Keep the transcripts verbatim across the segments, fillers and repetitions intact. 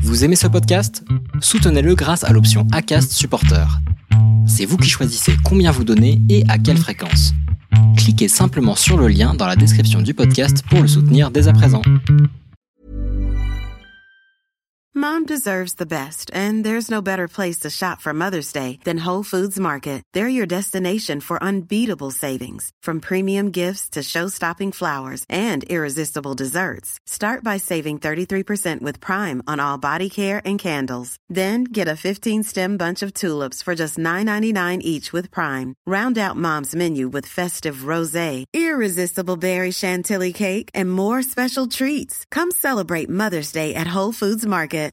Vous aimez ce podcast ? Soutenez-le grâce à l'option Acast Supporter. C'est vous qui choisissez combien vous donnez et à quelle fréquence. Cliquez simplement sur le lien dans la description du podcast pour le soutenir dès à présent. Mom deserves the best, and there's no better place to shop for Mother's Day than Whole Foods Market. They're your destination for unbeatable savings, from premium gifts to show-stopping flowers and irresistible desserts. Start by saving thirty-three percent with Prime on all body care and candles. Then get a fifteen-stem bunch of tulips for just nine ninety-nine each with Prime. Round out Mom's menu with festive rosé, irresistible berry chantilly cake, and more special treats. Come celebrate Mother's Day at Whole Foods Market.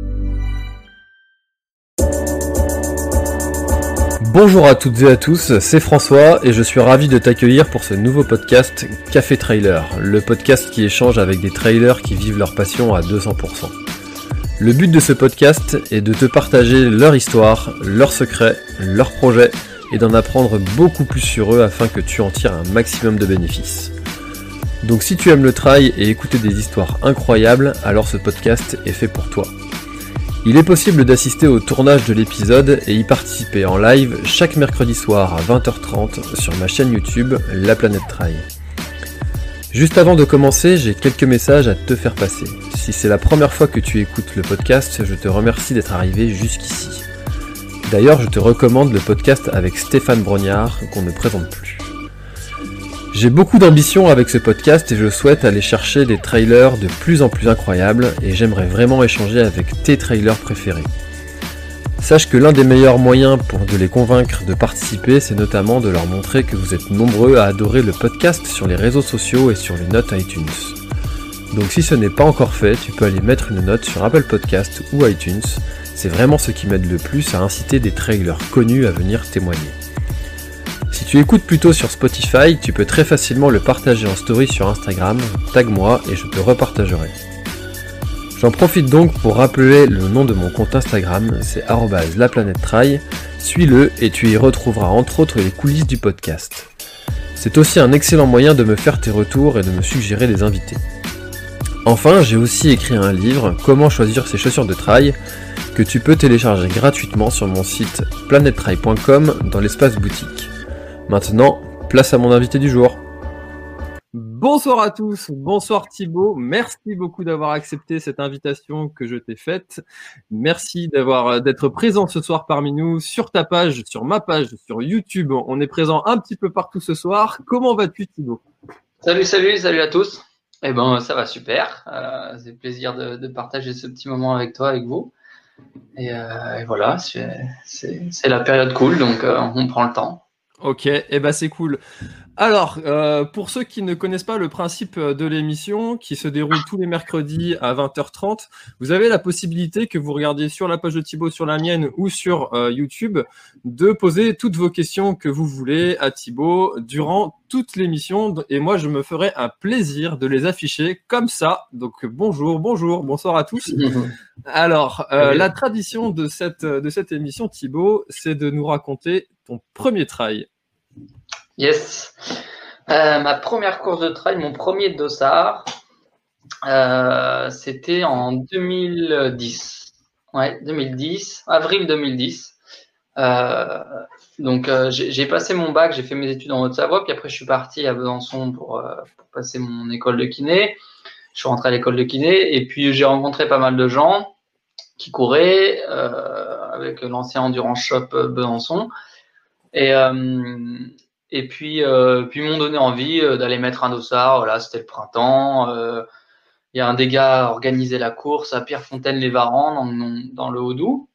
Bonjour à toutes et à tous, c'est François et je suis ravi de t'accueillir pour ce nouveau podcast Café Trailer, le podcast qui échange avec des trailers qui vivent leur passion à deux cents pour cent. Le but de ce podcast est de te partager leur histoire, leurs secrets, leurs projets et d'en apprendre beaucoup plus sur eux afin que tu en tires un maximum de bénéfices. Donc si tu aimes le trail et écouter des histoires incroyables, alors ce podcast est fait pour toi. Il est possible d'assister au tournage de l'épisode et y participer en live chaque mercredi soir à vingt heures trente sur ma chaîne YouTube La Planète Trail. Juste avant de commencer, j'ai quelques messages à te faire passer. Si c'est la première fois que tu écoutes le podcast, je te remercie d'être arrivé jusqu'ici. D'ailleurs, je te recommande le podcast avec Stéphane Brognard qu'on ne présente plus. J'ai beaucoup d'ambition avec ce podcast et je souhaite aller chercher des trailers de plus en plus incroyables et j'aimerais vraiment échanger avec tes trailers préférés. Sache que l'un des meilleurs moyens pour de les convaincre de participer, c'est notamment de leur montrer que vous êtes nombreux à adorer le podcast sur les réseaux sociaux et sur les notes iTunes. Donc si ce n'est pas encore fait, tu peux aller mettre une note sur Apple Podcast ou iTunes, c'est vraiment ce qui m'aide le plus à inciter des trailers connus à venir témoigner. Si tu écoutes plutôt sur Spotify, tu peux très facilement le partager en story sur Instagram, tag-moi et je te repartagerai. J'en profite donc pour rappeler le nom de mon compte Instagram, c'est arobase la planète trail, suis-le et tu y retrouveras entre autres les coulisses du podcast. C'est aussi un excellent moyen de me faire tes retours et de me suggérer des invités. Enfin, j'ai aussi écrit un livre, Comment choisir ses chaussures de trail, que tu peux télécharger gratuitement sur mon site planète trail point com dans l'espace boutique. Maintenant, place à mon invité du jour. Bonsoir à tous, bonsoir Thibaut, merci beaucoup d'avoir accepté cette invitation que je t'ai faite. Merci d'avoir, d'être présent ce soir parmi nous sur ta page, sur ma page, sur YouTube. On est présent un petit peu partout ce soir. Comment vas-tu Thibaut ? Salut, salut, salut à tous. Eh ben, ça va super. Euh, c'est plaisir de, de partager ce petit moment avec toi, avec vous. Et, euh, et voilà, c'est, c'est, c'est la période cool, donc euh, on prend le temps. Ok, et eh ben c'est cool. Alors, euh, pour ceux qui ne connaissent pas le principe de l'émission, qui se déroule tous les mercredis à vingt heures trente, vous avez la possibilité que vous regardiez sur la page de Thibaut, sur la mienne ou sur euh, YouTube, de poser toutes vos questions que vous voulez à Thibaut durant toute l'émission. Et moi, je me ferai un plaisir de les afficher comme ça. Donc, bonjour, bonjour, bonsoir à tous. Alors, euh, oui. La tradition de cette, de cette émission, Thibaut, c'est de nous raconter ton premier trail. Yes. Euh, ma première course de trail, mon premier dossard, euh, c'était en deux mille dix. Ouais, deux mille dix, avril deux mille dix. Euh, donc, euh, j'ai, j'ai passé mon bac, j'ai fait mes études en Haute-Savoie, puis après, je suis parti à Besançon pour, euh, pour passer mon école de kiné. Je suis rentré à l'école de kiné et puis j'ai rencontré pas mal de gens qui couraient euh, avec l'ancien Endurance Shop Besançon. Et, euh, et puis, euh, puis ils m'ont donné envie d'aller mettre un dossard. Voilà, c'était le printemps. Euh, il y a un des gars organisé la course à Pierrefontaine-les-Varans dans, dans le Haut-Doubs.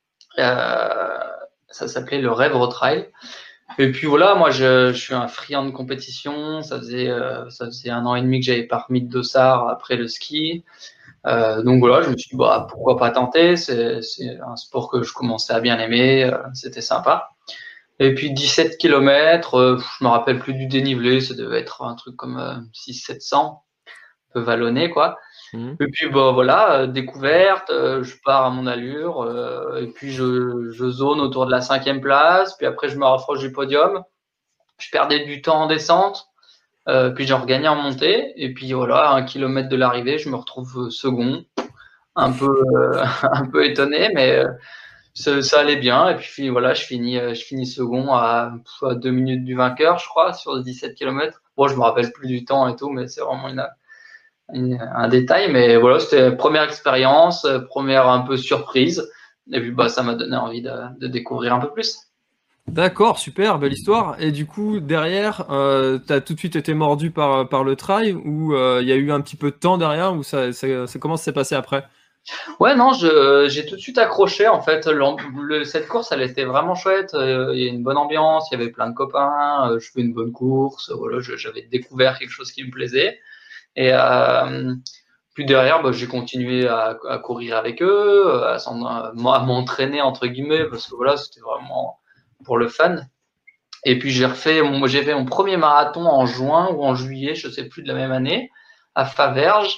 Euh, ça s'appelait le Rêve Trail. Et puis voilà, moi je, je suis un friand de compétition. Ça faisait, euh, ça faisait un an et demi que j'avais pas remis de dossard après le ski. Euh, donc voilà, je me suis dit bah pourquoi pas tenter. C'est, c'est un sport que je commençais à bien aimer. Euh, c'était sympa. Et puis dix-sept kilomètres, euh, je me rappelle plus du dénivelé, ça devait être un truc comme euh, six sept cents, un peu vallonné quoi. Mmh. Et puis bah voilà, euh, découverte, euh, je pars à mon allure, euh, et puis je, je zone autour de la cinquième place, puis après je me rapproche du podium, je perdais du temps en descente, euh, puis j'en regagnais en montée, et puis voilà, à un kilomètre de l'arrivée, je me retrouve second, un peu, euh, un peu étonné, mais euh, ça, ça allait bien. Et puis voilà, je finis, euh, je finis second à, à deux minutes du vainqueur, je crois, sur dix-sept kilomètres. Bon, je me rappelle plus du temps et tout, mais c'est vraiment une, une, un détail. Mais voilà, c'était première expérience, première un peu surprise. Et puis bah, ça m'a donné envie de, de découvrir un peu plus. D'accord, super, belle histoire. Et du coup, derrière, euh, t'as tout de suite été mordu par, par le trail ou il euh, y a eu un petit peu de temps derrière ou ça, ça, ça comment ça s'est passé après? Ouais, non, je, j'ai tout de suite accroché en fait. Le, le, cette course, elle était vraiment chouette. Euh, il y a une bonne ambiance, il y avait plein de copains. Euh, je fais une bonne course. Voilà, je, j'avais découvert quelque chose qui me plaisait. Et euh, puis derrière, bah, j'ai continué à, à courir avec eux, à, s'en- à m'entraîner entre guillemets parce que voilà, c'était vraiment pour le fun. Et puis j'ai refait, mon, j'ai fait mon premier marathon en juin ou en juillet, je sais plus de la même année, à Faverges.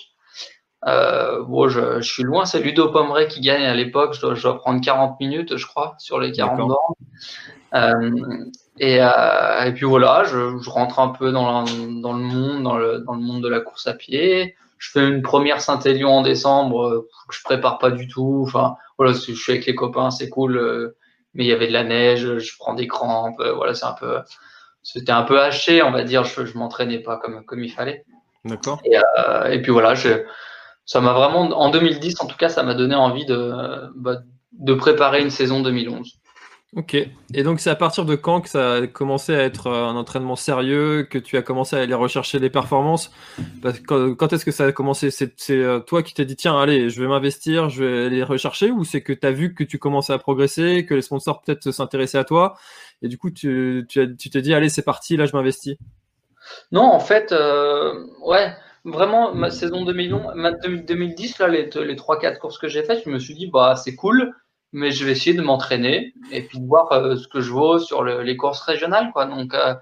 Euh, bon, je, je suis loin, c'est Ludo Pomeray qui gagne à l'époque. Je dois, je dois prendre quarante minutes, je crois, sur les quarante bornes. Euh, et, euh, et puis voilà, je, je rentre un peu dans, la, dans le monde, dans le, dans le monde de la course à pied. Je fais une première Saint-Élion en décembre euh, que je prépare pas du tout. Enfin, voilà, je suis avec les copains, c'est cool. Euh, mais il y avait de la neige, je prends des crampes. Euh, voilà, c'est un peu, c'était un peu haché, on va dire. Je, je m'entraînais pas comme, comme il fallait. D'accord. Et, euh, et puis voilà, je ça m'a vraiment, en deux mille dix, en tout cas, ça m'a donné envie de, bah, de préparer une saison deux mille onze. Ok. Et donc, c'est à partir de quand que ça a commencé à être un entraînement sérieux, que tu as commencé à aller rechercher des performances? Parce que quand, quand est-ce que ça a commencé? C'est, c'est toi qui t'es dit, tiens, allez, je vais m'investir, je vais les rechercher, ou c'est que tu as vu que tu commençais à progresser, que les sponsors peut-être s'intéressaient à toi, et du coup, tu, tu, as, tu t'es dit, allez, c'est parti, là, je m'investis? Non, en fait, euh, ouais, vraiment, ma saison deux mille onze, ma deux mille dix, là, les, les trois quatre courses que j'ai faites, je me suis dit, bah, c'est cool, mais je vais essayer de m'entraîner et puis de voir euh, ce que je vaux sur le, les courses régionales, quoi. Donc, euh,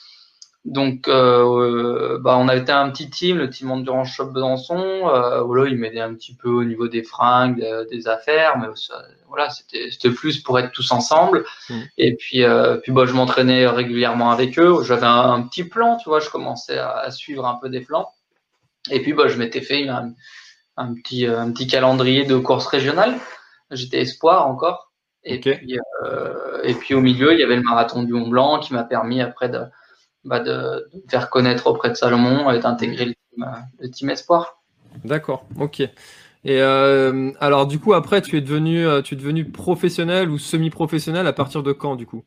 donc euh, bah, on a été un petit team, le team Endurance Shop Besançon. Euh, voilà, ils m'aidaient un petit peu au niveau des fringues, des, des affaires, mais ça, voilà, c'était, c'était plus pour être tous ensemble. Mmh. Et puis, euh, puis bah, je m'entraînais régulièrement avec eux. J'avais un, un petit plan, tu vois, je commençais à, à suivre un peu des plans. Et puis, bah, je m'étais fait un, un petit, un petit calendrier de courses régionales. J'étais espoir encore. Et okay. puis, euh, et puis au milieu, il y avait le marathon du Mont Blanc qui m'a permis après de Bah de, de me faire connaître auprès de Salomon et d'intégrer le team, le team Espoir. D'accord, ok. Et euh, alors du coup après tu es devenu tu es devenu professionnel ou semi-professionnel à partir de quand du coup?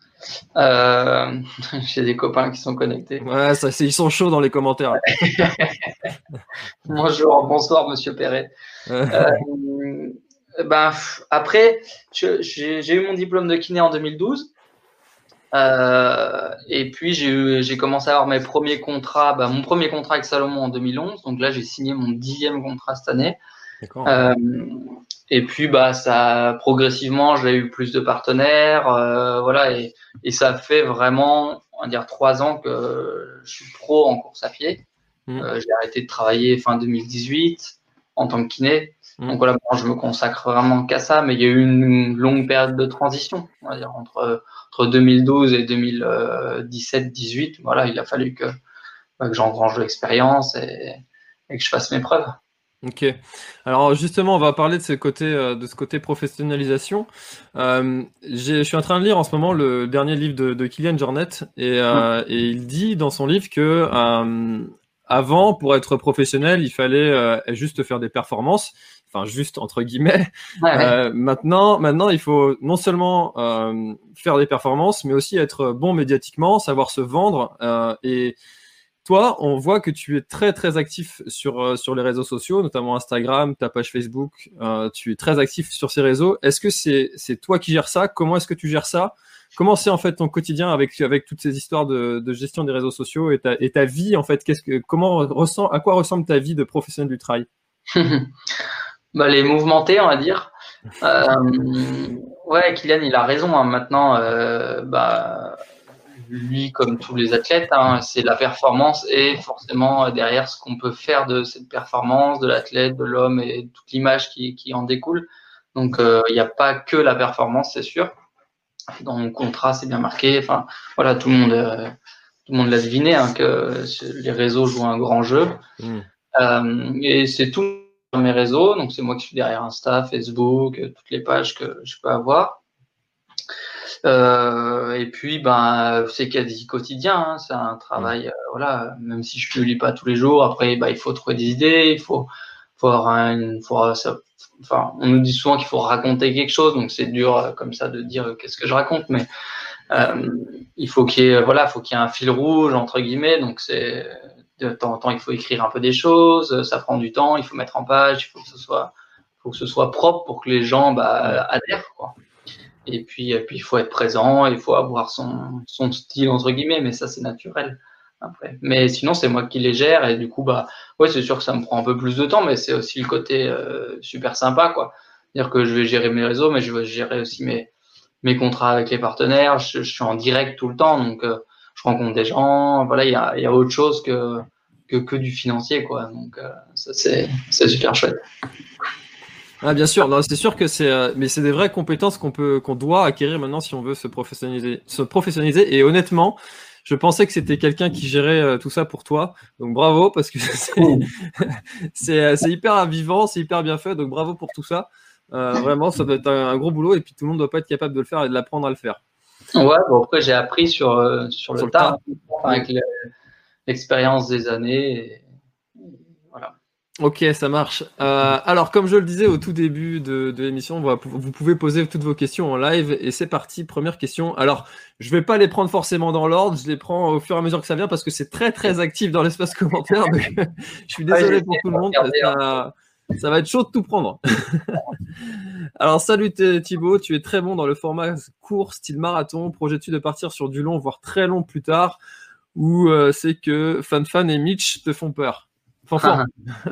euh, J'ai des copains qui sont connectés. Ouais, ça, c'est, ils sont chauds dans les commentaires. Bonjour, bonsoir Monsieur Perret. euh, ben, après, je, j'ai, j'ai eu mon diplôme de kiné en deux mille douze. Euh, et puis j'ai, eu, j'ai commencé à avoir mes premiers contrats, bah, mon premier contrat avec Salomon en deux mille onze, donc là j'ai signé mon dixième contrat cette année. D'accord. Euh, et puis bah ça progressivement j'ai eu plus de partenaires, euh, voilà, et, et ça fait vraiment, on va dire trois ans que je suis pro en course à pied. Mmh. Euh, j'ai arrêté de travailler fin deux mille dix-huit en tant que kiné. Donc voilà, bon, je me consacre vraiment qu'à ça, mais il y a eu une longue période de transition, on va dire entre entre deux mille douze et deux mille dix-sept dix-huit. Voilà, il a fallu que bah, que j'engrange de l'expérience et, et que je fasse mes preuves. Ok. Alors justement, on va parler de ce côté euh, de ce côté professionnalisation. Euh, j'ai, je suis en train de lire en ce moment le dernier livre de, de Kilian Jornet et, euh, mmh. et il dit dans son livre que euh, avant, pour être professionnel, il fallait euh, juste faire des performances. Enfin, juste entre guillemets. Ouais, ouais. Euh, maintenant, maintenant, il faut non seulement euh, faire des performances, mais aussi être bon médiatiquement, savoir se vendre. Euh, et toi, on voit que tu es très très actif sur euh, sur les réseaux sociaux, notamment Instagram, ta page Facebook. Euh, tu es très actif sur ces réseaux. Est-ce que c'est c'est toi qui gères ça? Comment est-ce que tu gères ça? Comment c'est en fait ton quotidien avec avec toutes ces histoires de, de gestion des réseaux sociaux et ta et ta vie en fait? Qu'est-ce que comment ressent à quoi ressemble ta vie de professionnel du trail? Bah, les mouvementés, on va dire. Euh, ouais, Kilian, il a raison. Hein. Maintenant, euh, bah, lui, comme tous les athlètes, hein, c'est la performance et forcément derrière ce qu'on peut faire de cette performance, de l'athlète, de l'homme et toute l'image qui, qui en découle. Donc, il euh, n'y a pas que la performance, c'est sûr. Dans mon contrat, c'est bien marqué. Enfin, voilà, tout le monde, euh, tout le monde l'a deviné hein, que les réseaux jouent un grand jeu. Mmh. Euh, et c'est tout. mes réseaux. Donc, c'est moi qui suis derrière Insta, Facebook, toutes les pages que je peux avoir. Euh, et puis, ben, c'est quasi quotidien. Hein, c'est un travail, euh, voilà. Même si je publie pas tous les jours, après, ben, il faut trouver des idées, il faut, faut avoir une, faut, ça, enfin, on nous dit souvent qu'il faut raconter quelque chose, donc c'est dur euh, comme ça de dire euh, qu'est-ce que je raconte, mais euh, il faut qu'il y ait, voilà, faut qu'il y ait un fil rouge entre guillemets. Donc c'est de temps en temps, il faut écrire un peu des choses, ça prend du temps, il faut mettre en page, il faut que ce soit, faut que ce soit propre pour que les gens bah, adhèrent, quoi. Et puis, et puis, il faut être présent, il faut avoir son, son style, entre guillemets, mais ça, c'est naturel. Après. Mais sinon, c'est moi qui les gère, et du coup, bah, ouais, c'est sûr que ça me prend un peu plus de temps, mais c'est aussi le côté euh, super sympa, quoi. C'est-à-dire que je vais gérer mes réseaux, mais je vais gérer aussi mes, mes contrats avec les partenaires. Je, je suis en direct tout le temps, donc euh, je rencontre des gens. Voilà, il y a, y a autre chose que, que, que du financier, quoi. Donc, euh, ça, c'est, c'est super chouette. Ah, bien sûr, non, c'est sûr que c'est, euh, mais c'est des vraies compétences qu'on peut, qu'on doit acquérir maintenant si on veut se professionnaliser, se professionnaliser. Et honnêtement, je pensais que c'était quelqu'un qui gérait euh, tout ça pour toi. Donc bravo, parce que c'est, c'est, c'est hyper vivant, c'est hyper bien fait. Donc bravo pour tout ça. Euh, vraiment, ça doit être un, un gros boulot et puis tout le monde doit pas être capable de le faire et de l'apprendre à le faire. Ouais, bon, après j'ai appris sur, euh, sur le Sur le tas, tas. hein, avec le, l'expérience des années. Et... Voilà. Ok, ça marche. Euh, alors, comme je le disais au tout début de, de l'émission, vous, vous pouvez poser toutes vos questions en live et c'est parti. Première question. Alors, je vais pas les prendre forcément dans l'ordre, je les prends au fur et à mesure que ça vient parce que c'est très très actif dans l'espace commentaire. Donc, je suis désolé Ouais, pour tout le monde. Ça, ça va être chaud de tout prendre. Alors, salut Thibaut, tu es très bon dans le format court, style marathon. Projettes-tu de partir sur du long, voire très long plus tard, ou euh, c'est que Fan Fan et Mitch te font peur? Fanfan.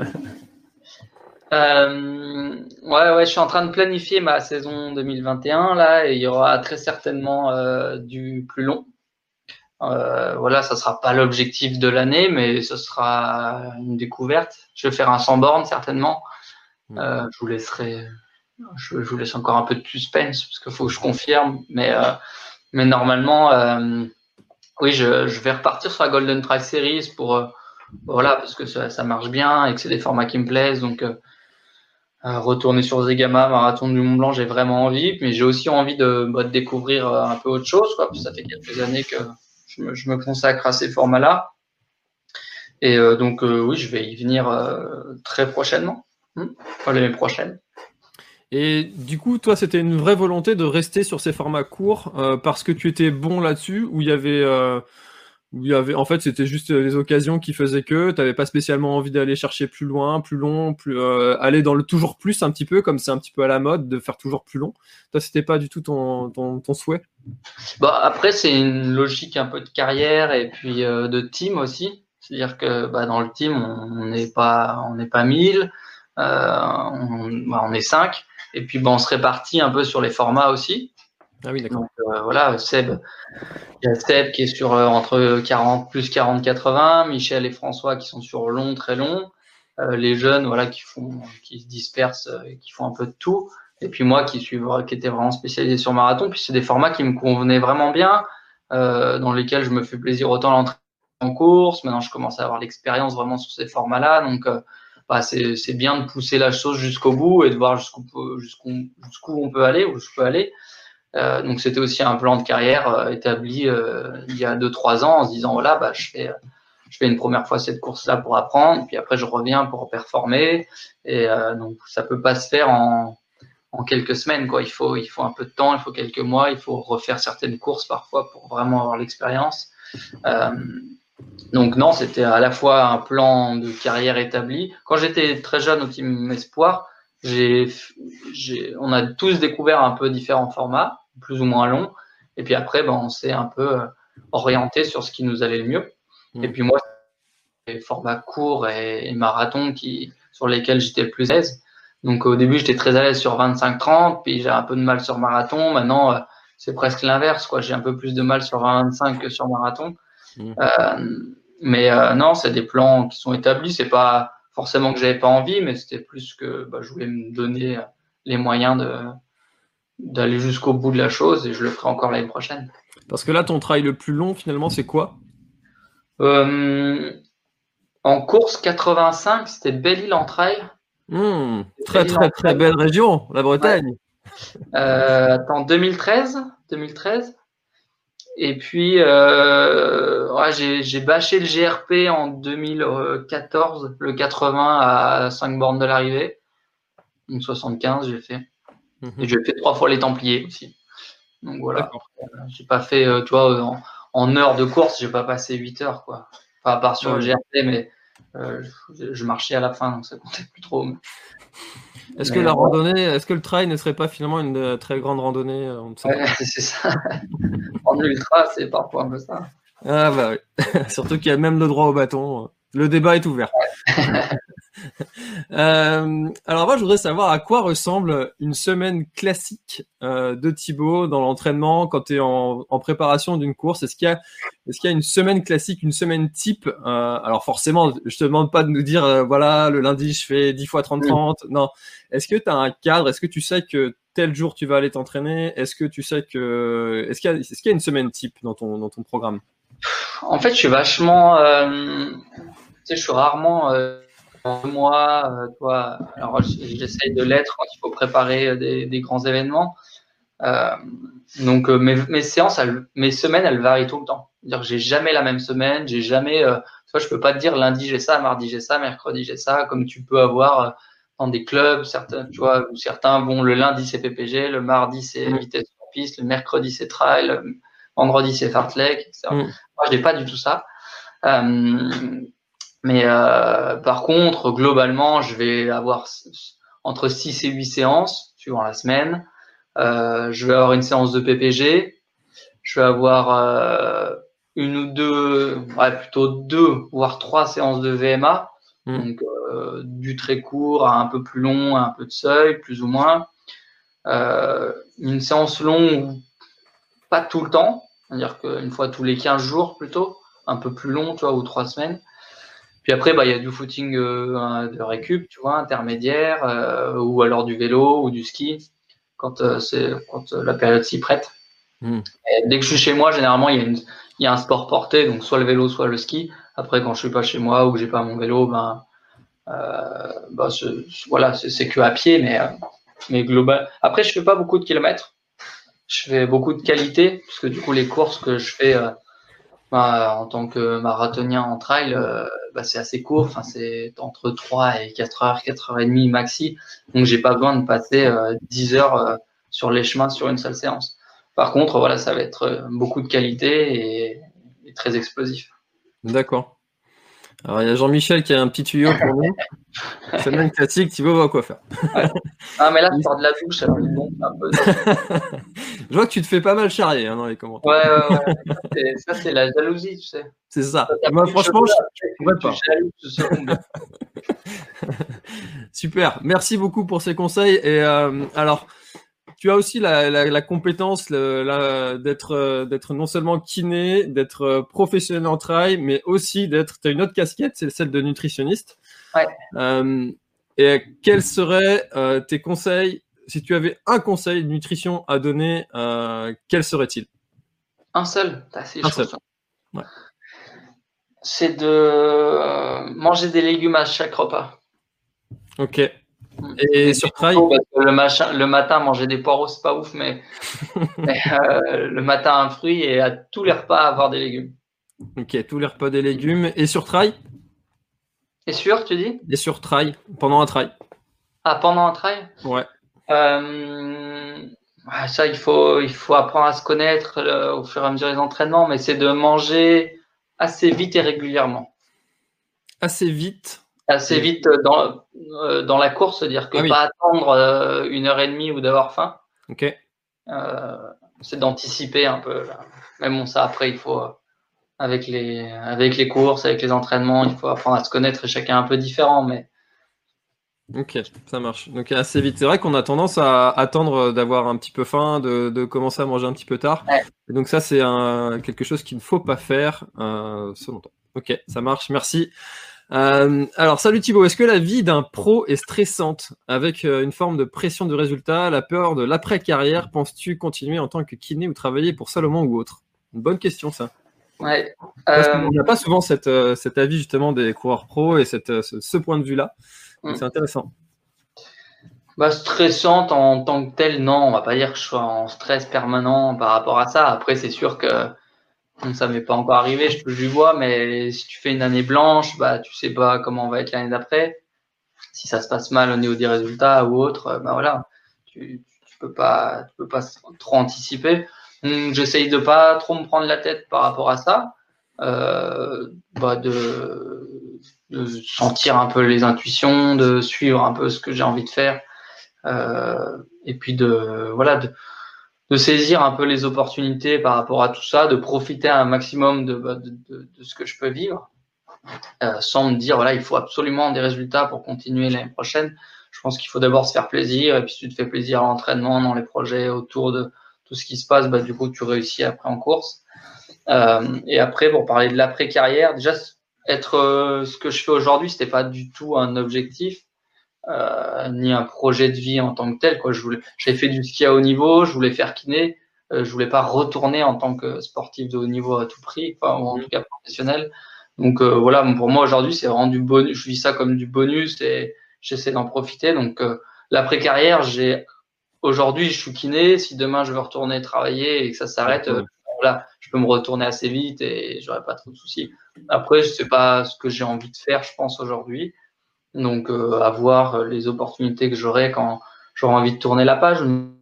euh, ouais, ouais, je suis en train de planifier ma saison deux mille vingt et un là, et il y aura très certainement euh, du plus long. Euh, voilà, ça sera pas l'objectif de l'année, mais ce sera une découverte. Je vais faire un cent bornes certainement. Euh, je vous laisserai, je, je vous laisse encore un peu de suspense parce qu'il faut que je confirme, mais euh, mais normalement, euh, oui, je, je vais repartir sur la Golden Trail Series pour euh, voilà, parce que ça, ça marche bien et que c'est des formats qui me plaisent. Donc, euh, retourner sur Zegama, Marathon du Mont Blanc, j'ai vraiment envie. Mais j'ai aussi envie de, bah, de découvrir un peu autre chose, quoi. Parce que ça fait quelques années que je me, je me consacre à ces formats-là. Et euh, donc, euh, oui, je vais y venir euh, très prochainement. Hum, l'année prochaine. Et du coup, toi, c'était une vraie volonté de rester sur ces formats courts euh, parce que tu étais bon là-dessus, ou il y avait... Euh... Où il y avait, en fait, c'était juste les occasions qui faisaient que tu n'avais pas spécialement envie d'aller chercher plus loin, plus long, plus euh, aller dans le toujours plus un petit peu, comme c'est un petit peu à la mode de faire toujours plus long. Toi, c'était pas du tout ton, ton, ton souhait? Bah, après, c'est une logique un peu de carrière et puis euh, de team aussi. C'est-à-dire que bah, dans le team, on n'est pas, on n'est pas mille, euh, on, bah, on est cinq. Et puis, bah, on se répartit un peu sur les formats aussi. Ah oui, d'accord. Donc, euh, voilà, Seb, il y a Seb qui est sur euh, entre quarante, plus quarante, quatre-vingts, Michel et François qui sont sur long, très long, euh, les jeunes, voilà, qui font, qui se dispersent, euh, qui font un peu de tout, et puis moi qui suis, qui était vraiment spécialisé sur marathon. Puis c'est des formats qui me convenaient vraiment bien, euh, dans lesquels je me fais plaisir autant l'entraînement en course. Maintenant, je commence à avoir l'expérience vraiment sur ces formats-là, donc euh, bah, c'est, c'est bien de pousser la chose jusqu'au bout et de voir jusqu'où, jusqu'où, jusqu'où on peut aller, où je peux aller. Euh, donc c'était aussi un plan de carrière euh, établi euh, il y a deux trois ans en se disant voilà, bah je fais je fais une première fois cette course là pour apprendre, puis après je reviens pour performer, et euh, donc ça peut pas se faire en en quelques semaines, quoi. Il faut il faut un peu de temps, il faut quelques mois, il faut refaire certaines courses parfois pour vraiment avoir l'expérience. Euh, donc non, c'était à la fois un plan de carrière établi. Quand j'étais très jeune au Team Espoir, J'ai, j'ai, on a tous découvert un peu différents formats, plus ou moins longs. Et puis après, ben, on s'est un peu orienté sur ce qui nous allait le mieux. Mmh. Et puis moi, c'est les formats courts et, et marathons qui, sur lesquels j'étais le plus à l'aise. Donc au début, j'étais très à l'aise sur vingt-cinq trente, puis j'ai un peu de mal sur marathon. Maintenant, euh, c'est presque l'inverse, quoi. J'ai un peu plus de mal sur vingt vingt-cinq que sur marathon. Mmh. Euh, mais euh, non, c'est des plans qui sont établis. C'est pas forcément que j'avais pas envie, mais c'était plus que bah, je voulais me donner les moyens de, d'aller jusqu'au bout de la chose, et je le ferai encore l'année prochaine. Parce que là, ton trail le plus long, finalement, c'est quoi? euh, En course quatre-vingt-cinq, c'était Belle-Île en trail. Mmh, très, très, très belle région, la Bretagne. Ouais. Euh, attends, deux mille treize, deux mille treize. Et puis, euh, ouais, j'ai, j'ai bâché le G R P en deux mille quatorze, le quatre-vingts à cinq bornes de l'arrivée. Donc soixante-quinze, j'ai fait. Mmh. Et j'ai fait trois fois les Templiers aussi. Donc voilà. Euh, j'ai pas fait, euh, tu vois, en, en heures de course, j'ai pas passé huit heures, quoi. Enfin, à part sur ouais. le G R P, mais euh, je, je marchais à la fin, donc ça comptait plus trop. Mais... Est-ce mais que la ouais. randonnée, est-ce que le trail ne serait pas finalement une euh, très grande randonnée on ne sait ouais, pas. C'est ça. En ultra, c'est parfois un peu ça. Ah bah oui. Surtout qu'il y a même le droit au bâton. Le débat est ouvert. Ouais. euh, alors moi, je voudrais savoir à quoi ressemble une semaine classique euh, de Thibaut dans l'entraînement quand tu es en, en préparation d'une course. Est-ce qu'il y a, est-ce qu'il y a une semaine classique, une semaine type euh, Alors forcément, je te demande pas de nous dire, euh, voilà, le lundi, je fais dix fois trente trente. Mmh. Non. Est-ce que tu as un cadre? Est-ce que tu sais que tel jour, tu vas aller t'entraîner? Est-ce que tu sais que... Est-ce qu'il y a, est-ce qu'il y a une semaine type dans ton, dans ton programme? En fait, je suis vachement... Euh, tu sais, je suis rarement... Euh... Moi, euh, toi, alors j'essaye de l'être quand il faut préparer des, des grands événements. Euh, donc euh, mes, mes séances, elles, mes semaines, elles varient tout le temps. C'est-à-dire que j'ai jamais la même semaine, j'ai jamais. Euh, tu vois, je peux pas te dire lundi j'ai ça, mardi j'ai ça, mercredi j'ai ça, comme tu peux avoir euh, dans des clubs, certains, tu vois, où certains vont le lundi c'est P P G, le mardi c'est vitesse sur piste, le mercredi c'est trail, le vendredi c'est fartlek, et cetera. Mm. Moi, je n'ai pas du tout ça. Euh, Mais euh, par contre, globalement, je vais avoir entre six et huit séances suivant la semaine. Euh, je vais avoir une séance de P P G. Je vais avoir euh, une ou deux, ouais, plutôt deux, voire trois séances de V M A. Mmh. Donc, euh, du très court à un peu plus long, à un peu de seuil, plus ou moins. Euh, une séance longue, pas tout le temps. C'est-à-dire qu'une fois tous les quinze jours plutôt. Un peu plus long, tu vois, ou trois semaines. Puis après, bah, il y a du footing euh, de récup, tu vois, intermédiaire, euh, ou alors du vélo ou du ski, quand, euh, c'est, quand euh, la période s'y prête. Mmh. Et dès que je suis chez moi, généralement, il y a une, il y a un sport porté, donc soit le vélo, soit le ski. Après, quand je suis pas chez moi ou que j'ai pas mon vélo, ben, euh, bah, c'est, voilà, c'est, c'est que à pied, mais, euh, mais global. Après, je fais pas beaucoup de kilomètres. Je fais beaucoup de qualité, parce que du coup, les courses que je fais, euh, bah, en tant que marathonien en trail, euh, bah, c'est assez court. Enfin, c'est entre trois et quatre heures, quatre heures trente maxi. Donc, j'ai pas besoin de passer euh, dix heures euh, sur les chemins sur une seule séance. Par contre, voilà, ça va être beaucoup de qualité et, et très explosif. D'accord. Alors, il y a Jean-Michel qui a un petit tuyau pour nous. Semaine classique, Thibaut va quoi faire. Ouais. Ah, mais là, je sors de la douche, ça me gonfle un peu. Je vois que tu te fais pas mal charrier hein, dans les commentaires. Ouais, ouais, ouais. Ça, c'est, ça, c'est la jalousie, tu sais. C'est ça. ça Moi, franchement, je ne pourrais pas. Jaloux, super. Merci beaucoup pour ces conseils. Et euh, alors, tu as aussi la, la, la compétence le, la, d'être, euh, d'être non seulement kiné, d'être euh, professionnel en trail, mais aussi d'être. Tu as une autre casquette, c'est celle de nutritionniste. Ouais. Euh, et quels seraient euh, tes conseils? Si tu avais un conseil de nutrition à donner, euh, quel serait-il? Un seul, c'est un seul. Ouais. C'est de euh, manger des légumes à chaque repas. Ok. Et, Et sur trail le, machin, le matin, manger des poireaux, c'est pas ouf, mais, mais euh, le matin, un fruit et à tous les repas, avoir des légumes. Ok, tous les repas des légumes. Et sur trail? Et sur, tu dis? Et sur trail, pendant un trail. Ah, pendant un trail? Ouais. Euh, ça, il faut, il faut apprendre à se connaître euh, au fur et à mesure des entraînements, mais c'est de manger assez vite et régulièrement. Assez vite? Assez vite dans, euh, dans la course, c'est-à-dire que ah, oui. pas attendre euh, une heure et demie ou d'avoir faim. Ok. Euh, c'est d'anticiper un peu. Là. Mais bon, ça, après, il faut, avec les, avec les courses, avec les entraînements, il faut apprendre à se connaître et chacun est un peu différent, mais. Ok, ça marche. Donc assez vite. C'est vrai qu'on a tendance à attendre d'avoir un petit peu faim, de, de commencer à manger un petit peu tard. Ouais. Et donc ça, c'est un, quelque chose qu'il ne faut pas faire euh, selon toi. Ok, ça marche. Merci. Euh, alors, salut Thibaut. Est-ce que la vie d'un pro est stressante avec euh, une forme de pression de résultat, la peur de l'après-carrière? Penses-tu continuer en tant que kiné ou travailler pour Salomon ou autre? Une bonne question, ça. Ouais. Parce euh... qu'on n'a pas souvent cette, euh, cet avis justement des coureurs pro et cette, ce, ce point de vue-là. Donc, c'est intéressant. Bah, stressante en tant que telle, non, on va pas dire que je sois en stress permanent par rapport à ça. Après, c'est sûr que bon, ça m'est pas encore arrivé, je touche du bois, mais si tu fais une année blanche, bah tu sais pas comment va être l'année d'après. Si ça se passe mal au niveau des résultats ou autre, bah voilà, tu, tu peux pas, tu peux pas trop anticiper. Donc, j'essaye de pas trop me prendre la tête par rapport à ça, euh, bah de, de sentir un peu les intuitions, de suivre un peu ce que j'ai envie de faire, euh, et puis de voilà de de saisir un peu les opportunités par rapport à tout ça, de profiter un maximum de, de, de, de ce que je peux vivre, euh, sans me dire, voilà, il faut absolument des résultats pour continuer l'année prochaine. Je pense qu'il faut d'abord se faire plaisir, et puis si tu te fais plaisir à l'entraînement, dans les projets, autour de tout ce qui se passe, bah, du coup, tu réussis après en course. Euh, et après, pour parler de l'après-carrière, déjà, être euh, ce que je fais aujourd'hui, c'était pas du tout un objectif. Euh, ni un projet de vie en tant que tel, quoi. Je voulais, j'avais fait du ski à haut niveau, je voulais faire kiné, euh, je voulais pas retourner en tant que sportif de haut niveau à tout prix, enfin, ou en tout cas professionnel. Donc euh, voilà, pour moi aujourd'hui, c'est vraiment du bonus. Je vis ça comme du bonus et j'essaie d'en profiter. Donc euh, l'après carrière, j'ai aujourd'hui, je suis kiné. Si demain je veux retourner travailler et que ça s'arrête, euh, voilà, je peux me retourner assez vite et j'aurai pas trop de soucis. Après, c'est pas ce que j'ai envie de faire, je pense aujourd'hui. Donc, euh, à voir les opportunités que j'aurai quand j'aurai envie de tourner la page.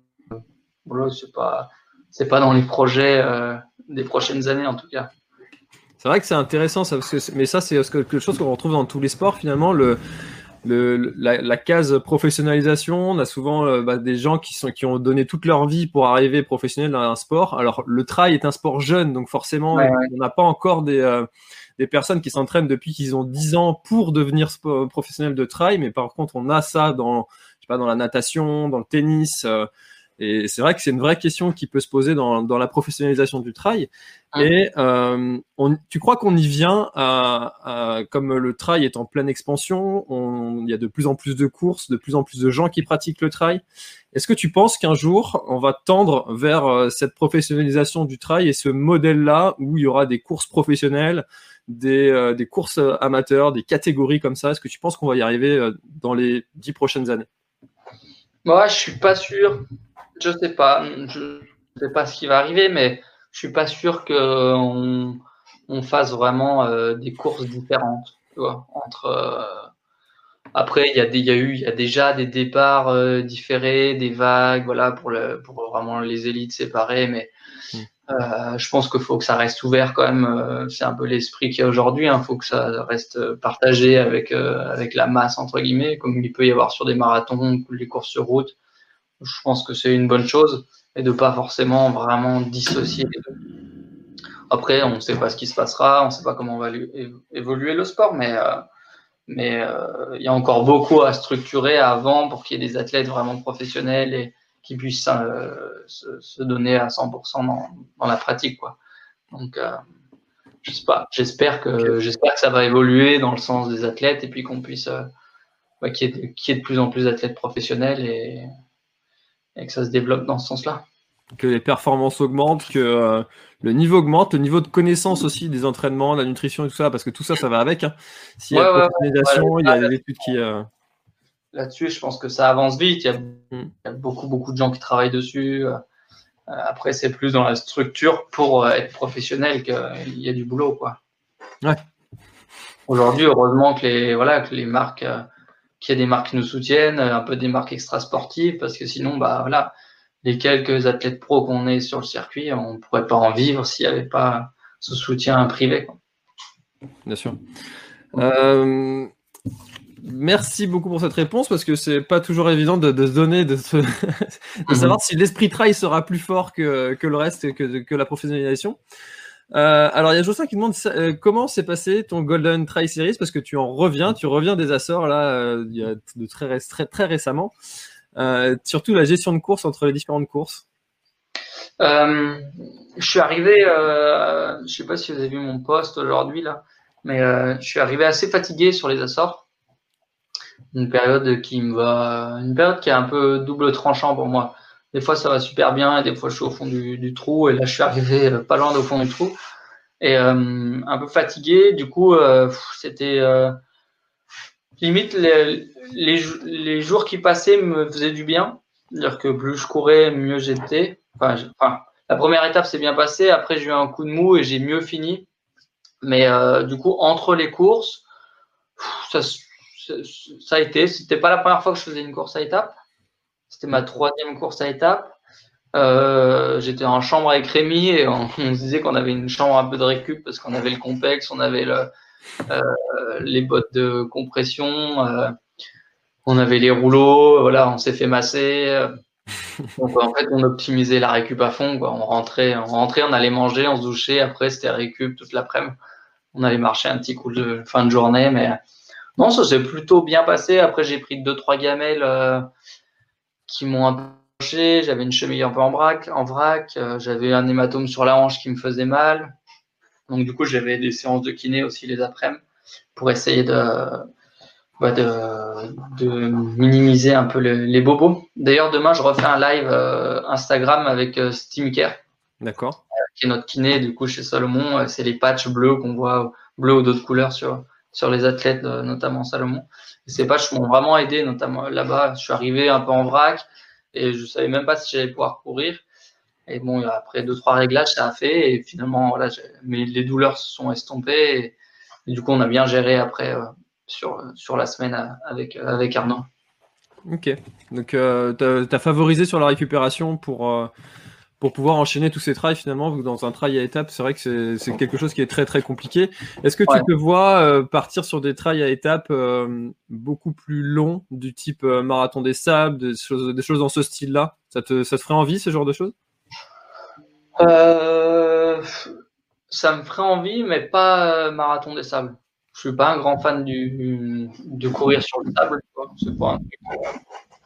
Voilà, c'est pas, c'est pas dans les projets euh, des prochaines années en tout cas. C'est vrai que c'est intéressant, ça, parce que, mais ça c'est quelque chose qu'on retrouve dans tous les sports finalement. Le, le, la, la case professionnalisation, on a souvent euh, bah, des gens qui sont qui ont donné toute leur vie pour arriver professionnel dans un sport. Alors le trail est un sport jeune, donc forcément Ouais, ouais. on n'a pas encore des euh, des personnes qui s'entraînent depuis qu'ils ont dix ans pour devenir spo- professionnels de trail, mais par contre on a ça dans je sais pas dans la natation, dans le tennis. Euh, et c'est vrai que c'est une vraie question qui peut se poser dans, dans la professionnalisation du trail. Mmh. Et euh, on, tu crois qu'on y vient à, à, comme le trail est en pleine expansion, on, il y a de plus en plus de courses, de plus en plus de gens qui pratiquent le trail. Est-ce que tu penses qu'un jour, on va tendre vers euh, cette professionnalisation du trail et ce modèle-là où il y aura des courses professionnelles, des, euh, des courses amateurs, des catégories comme ça? Est-ce que tu penses qu'on va y arriver euh, dans les dix prochaines années? Moi, je suis pas sûr. Je sais pas. Je sais pas ce qui va arriver, mais je suis pas sûr que on, on fasse vraiment euh, des courses différentes. Tu vois, entre euh, après, il y a des, il y a eu, il y a déjà des départs euh, différés, des vagues, voilà, pour le, pour vraiment les élites séparées. Mais Mm. euh, je pense qu'il faut que ça reste ouvert quand même. Euh, c'est un peu l'esprit qu'il y a aujourd'hui. Il faut que ça reste partagé avec euh, avec la masse entre guillemets, comme il peut y avoir sur des marathons ou les courses sur route. Je pense que c'est une bonne chose et de pas forcément vraiment dissocier les deux. Après, on ne sait pas ce qui se passera, on ne sait pas comment va évoluer le sport, mais euh, mais euh, il y a encore beaucoup à structurer avant pour qu'il y ait des athlètes vraiment professionnels et qui puissent euh, se, se donner à cent pour cent dans, dans la pratique, quoi. Donc, euh, je sais pas. J'espère que Okay. j'espère que ça va évoluer dans le sens des athlètes et puis qu'on puisse euh, bah, qu'il y ait, qu'il y ait de plus en plus d'athlètes professionnels et, et que ça se développe dans ce sens-là. Que les performances augmentent, que euh, le niveau augmente, le niveau de connaissance aussi des entraînements, la nutrition et tout ça, parce que tout ça, ça va avec. Hein. S'il y a Ouais, ouais, professionnalisation, ouais, il y a des études qui... Euh... Là-dessus, je pense que ça avance vite. Il y a, Mm. il y a beaucoup, beaucoup de gens qui travaillent dessus. Euh, après, c'est plus dans la structure pour euh, être professionnel qu'il y a du boulot, quoi. Ouais. Aujourd'hui, heureusement que les, voilà, que les marques, euh, qu'il y a des marques qui nous soutiennent, un peu des marques extra sportives, parce que sinon, bah voilà, les quelques athlètes pros qu'on est sur le circuit, on pourrait pas en vivre s'il n'y avait pas ce soutien privé, quoi. Bien sûr. Euh, merci beaucoup pour cette réponse, parce que c'est pas toujours évident de, de se donner, de, se, de mm-hmm. savoir si l'esprit trail sera plus fort que, que le reste, que, que la professionnalisation. Euh, alors il y a Jocelyn qui demande euh, comment s'est passé ton Golden Trail Series, parce que tu en reviens, tu reviens des Açores là, euh, il y a de très, très, très récemment. Euh, surtout la gestion de course entre les différentes courses. Euh, je suis arrivé, euh, je sais pas si vous avez vu mon post aujourd'hui là, mais euh, je suis arrivé assez fatigué sur les Açores. Une période qui me va, une période qui est un peu double tranchant pour moi. Des fois ça va super bien et des fois je suis au fond du, du trou, et là je suis arrivé pas loin au fond du trou et euh, un peu fatigué. Du coup, euh, c'était euh, limite, les, les, les jours qui passaient me faisaient du bien. C'est-à-dire que plus je courais, mieux j'étais. Enfin, je, enfin, la première étape s'est bien passée. Après, j'ai eu un coup de mou et j'ai mieux fini. Mais euh, du coup, entre les courses, ça, ça, ça a été. C'était pas la première fois que je faisais une course à étapes. C'était ma troisième course à étapes. Euh, j'étais en chambre avec Rémi et on, on se disait qu'on avait une chambre un peu de récup parce qu'on avait le Compex, on avait le, euh, les bottes de compression, euh, on avait les rouleaux, voilà, on s'est fait masser. Donc en fait, on optimisait la récup à fond, quoi. On rentrait, on rentrait, on allait manger, on se douchait, après c'était récup toute l'après-midi. On allait marcher un petit coup de fin de journée, mais non, ça s'est plutôt bien passé. Après, j'ai pris deux trois gamelles euh, qui m'ont un peu touché. J'avais une cheville un peu en vrac, en vrac. Euh, j'avais un hématome sur la hanche qui me faisait mal. Donc du coup, j'avais des séances de kiné aussi les après-midi pour essayer de, bah, de, de minimiser un peu le, les bobos. D'ailleurs, demain, je refais un live euh, Instagram avec euh, Steamcare. D'accord. Euh, qui est notre kiné du coup chez Salomon. Euh, c'est les patchs bleus qu'on voit, bleus ou d'autres couleurs sur sur les athlètes, euh, notamment Salomon. Et ces patchs m'ont vraiment aidé, notamment là-bas. Je suis arrivé un peu en vrac et je savais même pas si j'allais pouvoir courir. Et bon, après deux, trois réglages, ça a fait. Et finalement, voilà, mais les douleurs se sont estompées. Et, et du coup, on a bien géré après euh, sur, sur la semaine avec, avec Arnaud. Ok. Donc, euh, tu as favorisé sur la récupération pour, euh, pour pouvoir enchaîner tous ces trails finalement. Dans un trail à étapes, c'est vrai que c'est quelque chose qui est très très compliqué. Est-ce que tu ouais. te vois euh, partir sur des trails à étapes euh, beaucoup plus longs, du type euh, marathon des sables, des choses, des choses dans ce style-là? Ça te, ça te ferait envie, ce genre de choses? euh, Ça me ferait envie, mais pas euh, marathon des sables. Je suis pas un grand fan du, de courir sur le sable. C'est pas un truc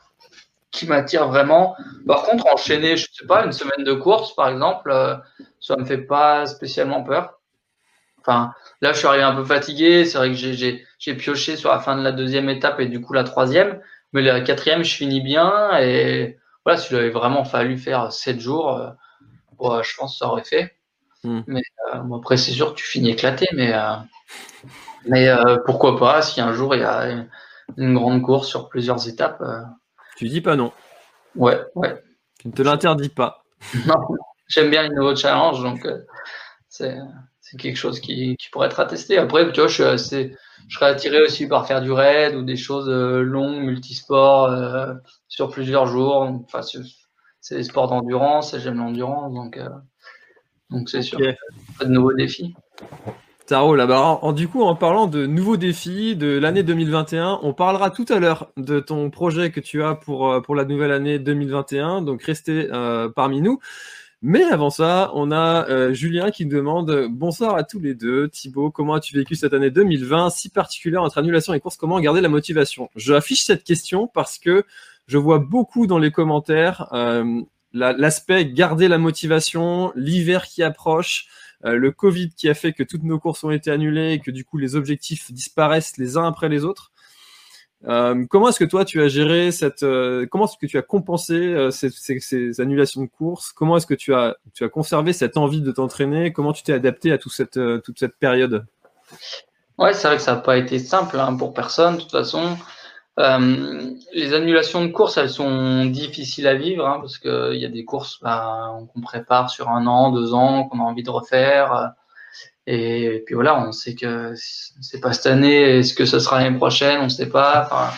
qui m'attire vraiment. Par contre, enchaîner, je sais pas, une semaine de course, par exemple, euh, ça me fait pas spécialement peur. Enfin, là, je suis arrivé un peu fatigué. C'est vrai que j'ai, j'ai pioché sur la fin de la deuxième étape et du coup la troisième. Mais la quatrième, je finis bien. Et voilà, s'il avait vraiment fallu faire sept jours, euh, ouais, je pense que ça aurait fait. Mm. Mais euh, bon, après, c'est sûr que tu finis éclaté. Mais, euh, mais euh, pourquoi pas, si un jour il y a une, une grande course sur plusieurs étapes. Euh... Tu dis pas non. Ouais, ouais. Tu ne te l'interdis pas. Non, j'aime bien les nouveaux challenges, donc euh, c'est quelque chose qui, qui pourrait être à tester. Après, tu vois, je suis assez, je serais attiré aussi par faire du raid ou des choses euh, longues, multisports, euh, sur plusieurs jours. Enfin, c'est des sports d'endurance et j'aime l'endurance, donc euh, donc c'est okay. sûr. Pas de nouveaux défis. Ça roule. Bah, en, en, du coup, en parlant de nouveaux défis de l'année deux mille vingt et un, on parlera tout à l'heure de ton projet que tu as pour, pour la nouvelle année deux mille vingt et un, donc restez euh, parmi nous. Mais avant ça, on a euh, Julien qui demande « Bonsoir à tous les deux. Thibaut, comment as-tu vécu cette année deux mille vingt, si particulière entre annulation et course, comment garder la motivation ?» Je affiche cette question parce que je vois beaucoup dans les commentaires euh, l'aspect la, garder la motivation, l'hiver qui approche, Euh, le Covid qui a fait que toutes nos courses ont été annulées et que du coup les objectifs disparaissent les uns après les autres. Euh, comment est-ce que toi tu as géré cette, euh, comment est-ce que tu as compensé euh, ces, ces, ces annulations de courses? Comment est-ce que tu as, tu as conservé cette envie de t'entraîner? Comment tu t'es adapté à toute cette, euh, toute cette période? Ouais, c'est vrai que ça n'a pas été simple hein, pour personne. De toute façon, euh, les annulations de courses, elles sont difficiles à vivre hein, parce que il y a des courses ben, qu'on prépare sur un an, deux ans, qu'on a envie de refaire. Et, et puis voilà, on sait que c'est pas cette année. Est-ce que ce sera l'année prochaine? On ne sait pas. Enfin,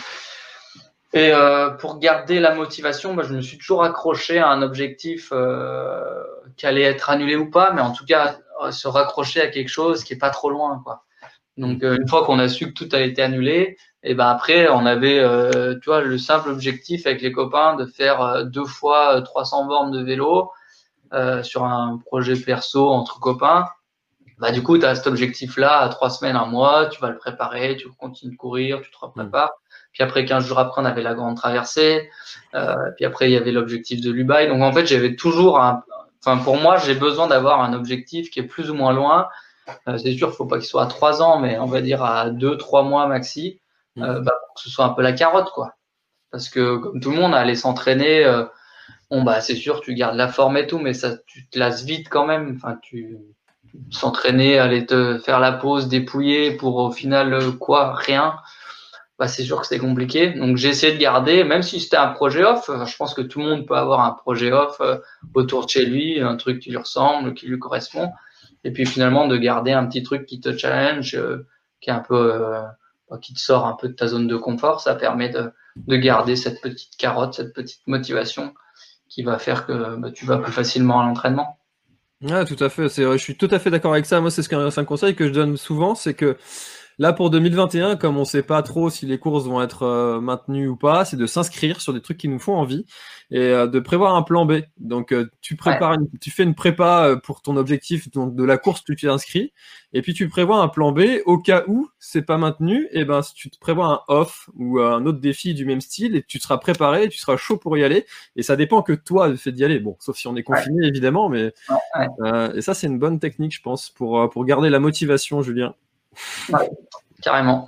et euh, pour garder la motivation, ben, je me suis toujours accroché à un objectif euh, qui allait être annulé ou pas, mais en tout cas se raccrocher à quelque chose qui est pas trop loin, quoi. Donc euh, une fois qu'on a su que tout a été annulé, et ben après on avait euh, tu vois le simple objectif avec les copains de faire euh, deux fois trois cents bornes de vélo euh, sur un projet perso entre copains. Bah du coup tu as cet objectif là à trois semaines, un mois, tu vas le préparer, tu continues de courir, tu te reprépares. Mmh. Puis après quinze jours après on avait la grande traversée. Euh, puis après il y avait l'objectif de l'Ubaï. Donc en fait j'avais toujours un, enfin pour moi j'ai besoin d'avoir un objectif qui est plus ou moins loin. Euh, c'est sûr, il ne faut pas qu'il soit à trois ans, mais on va dire à deux, trois mois maxi, euh, bah, pour que ce soit un peu la carotte, quoi. Parce que comme tout le monde, aller s'entraîner, euh, bon bah c'est sûr, tu gardes la forme et tout, mais ça, tu te lasses vite quand même. Enfin, tu s'entraîner, aller te faire la pause, dépouiller pour au final quoi, rien. bah, c'est sûr que c'est compliqué. Donc, j'ai essayé de garder, même si c'était un projet off, je pense que tout le monde peut avoir un projet off euh, autour de chez lui, un truc qui lui ressemble, qui lui correspond. Et puis, finalement, de garder un petit truc qui te challenge, euh, qui est un peu, euh, qui te sort un peu de ta zone de confort. Ça permet de, de garder cette petite carotte, cette petite motivation qui va faire que bah, tu vas plus facilement à l'entraînement. Ouais, tout à fait. C'est, je suis tout à fait d'accord avec ça. Moi, c'est ce qu'un, c'est un conseil que je donne souvent, c'est que là, pour deux mille vingt et un, comme on sait pas trop si les courses vont être euh, maintenues ou pas, c'est de s'inscrire sur des trucs qui nous font envie et euh, de prévoir un plan B. Donc, euh, tu prépares, ouais. une, tu fais une prépa euh, pour ton objectif donc de la course que tu t'es inscrit, et puis tu prévois un plan B au cas où c'est pas maintenu. Et ben, si tu te prévois un off ou euh, un autre défi du même style, et tu seras préparé, et tu seras chaud pour y aller. Et ça dépend que toi le fait d'y aller. Bon, sauf si on est confiné ouais. évidemment, mais ouais, ouais. Euh, et ça c'est une bonne technique, je pense, pour pour garder la motivation, Julien. Ouais, carrément.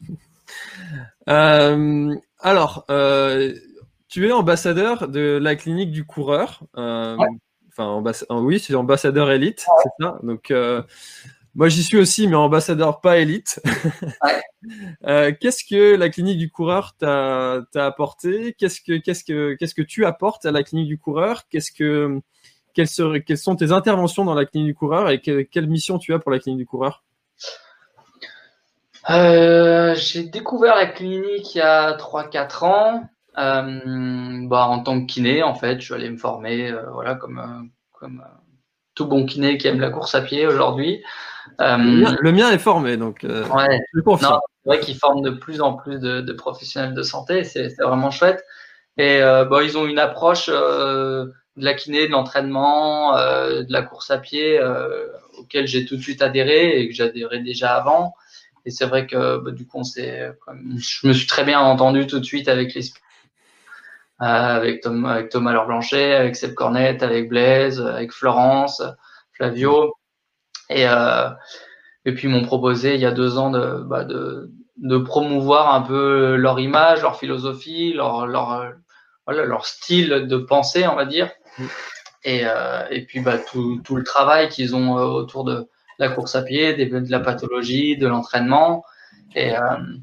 Euh, alors, euh, tu es ambassadeur de la clinique du coureur. Euh, ouais. Enfin, ambass- oui, c'est ambassadeur élite, ouais. c'est ça. Donc, euh, moi, j'y suis aussi, mais ambassadeur pas élite. Ouais. euh, qu'est-ce que la clinique du coureur t'a, t'a apporté ? Qu'est-ce que, qu'est-ce que, qu'est-ce que tu apportes à la clinique du coureur ? Qu'est-ce que, quelles, seraient, quelles sont tes interventions dans la clinique du coureur et que, quelle mission tu as pour la clinique du coureur ? Euh, j'ai découvert la clinique il y a trois quatre ans, euh, bah, en tant que kiné, en fait. Je suis allé me former, euh, voilà, comme, euh, comme euh, tout bon kiné qui aime la course à pied aujourd'hui. Euh, le, mien, le mien est formé, donc euh, ouais. je confie. Non, c'est vrai qu'ils forment de plus en plus de, de professionnels de santé, c'est, c'est vraiment chouette. Et euh, bah, ils ont une approche euh, de la kiné, de l'entraînement, euh, de la course à pied, euh, auquel j'ai tout de suite adhéré et que j'adhérais déjà avant. Et c'est vrai que bah, du coup, on s'est, je me suis très bien entendu tout de suite avec les, euh, avec, Tom, avec Thomas Laure-Blanchet, avec Seb Cornette, avec Blaise, avec Florence, Flavio. Et, euh, et puis, ils m'ont proposé il y a deux ans de, bah, de, de promouvoir un peu leur image, leur philosophie, leur, leur, voilà, leur style de pensée, on va dire. Et, euh, et puis, bah, tout, tout le travail qu'ils ont autour de la course à pied, des, de la pathologie, de l'entraînement. Et, euh,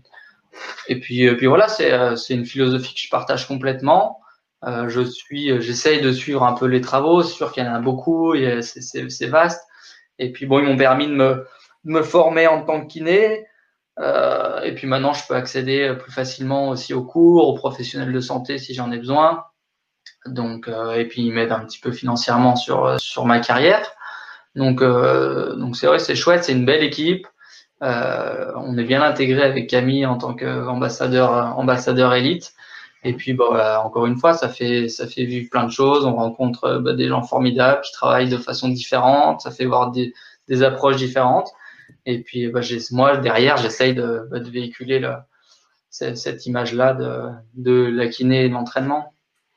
et puis, et puis voilà, c'est, c'est une philosophie que je partage complètement. Euh, je suis, j'essaye de suivre un peu les travaux. C'est sûr qu'il y en a beaucoup, et c'est, c'est, c'est vaste. Et puis bon, ils m'ont permis de me, de me former en tant que kiné. Euh, et puis maintenant, je peux accéder plus facilement aussi aux cours, aux professionnels de santé si j'en ai besoin. Donc, euh, et puis ils m'aident un petit peu financièrement sur sur ma carrière. Donc, euh, donc c'est vrai, c'est chouette, c'est une belle équipe. Euh, on est bien intégré avec Camille en tant qu'ambassadeur ambassadeur élite. Et puis, bah, voilà, encore une fois, ça fait ça fait vivre plein de choses. On rencontre bah, des gens formidables qui travaillent de façon différente. Ça fait voir des, des approches différentes. Et puis, bah, j'ai, moi derrière, j'essaye de, bah, de véhiculer le, cette, cette image-là de, de la kiné et de l'entraînement.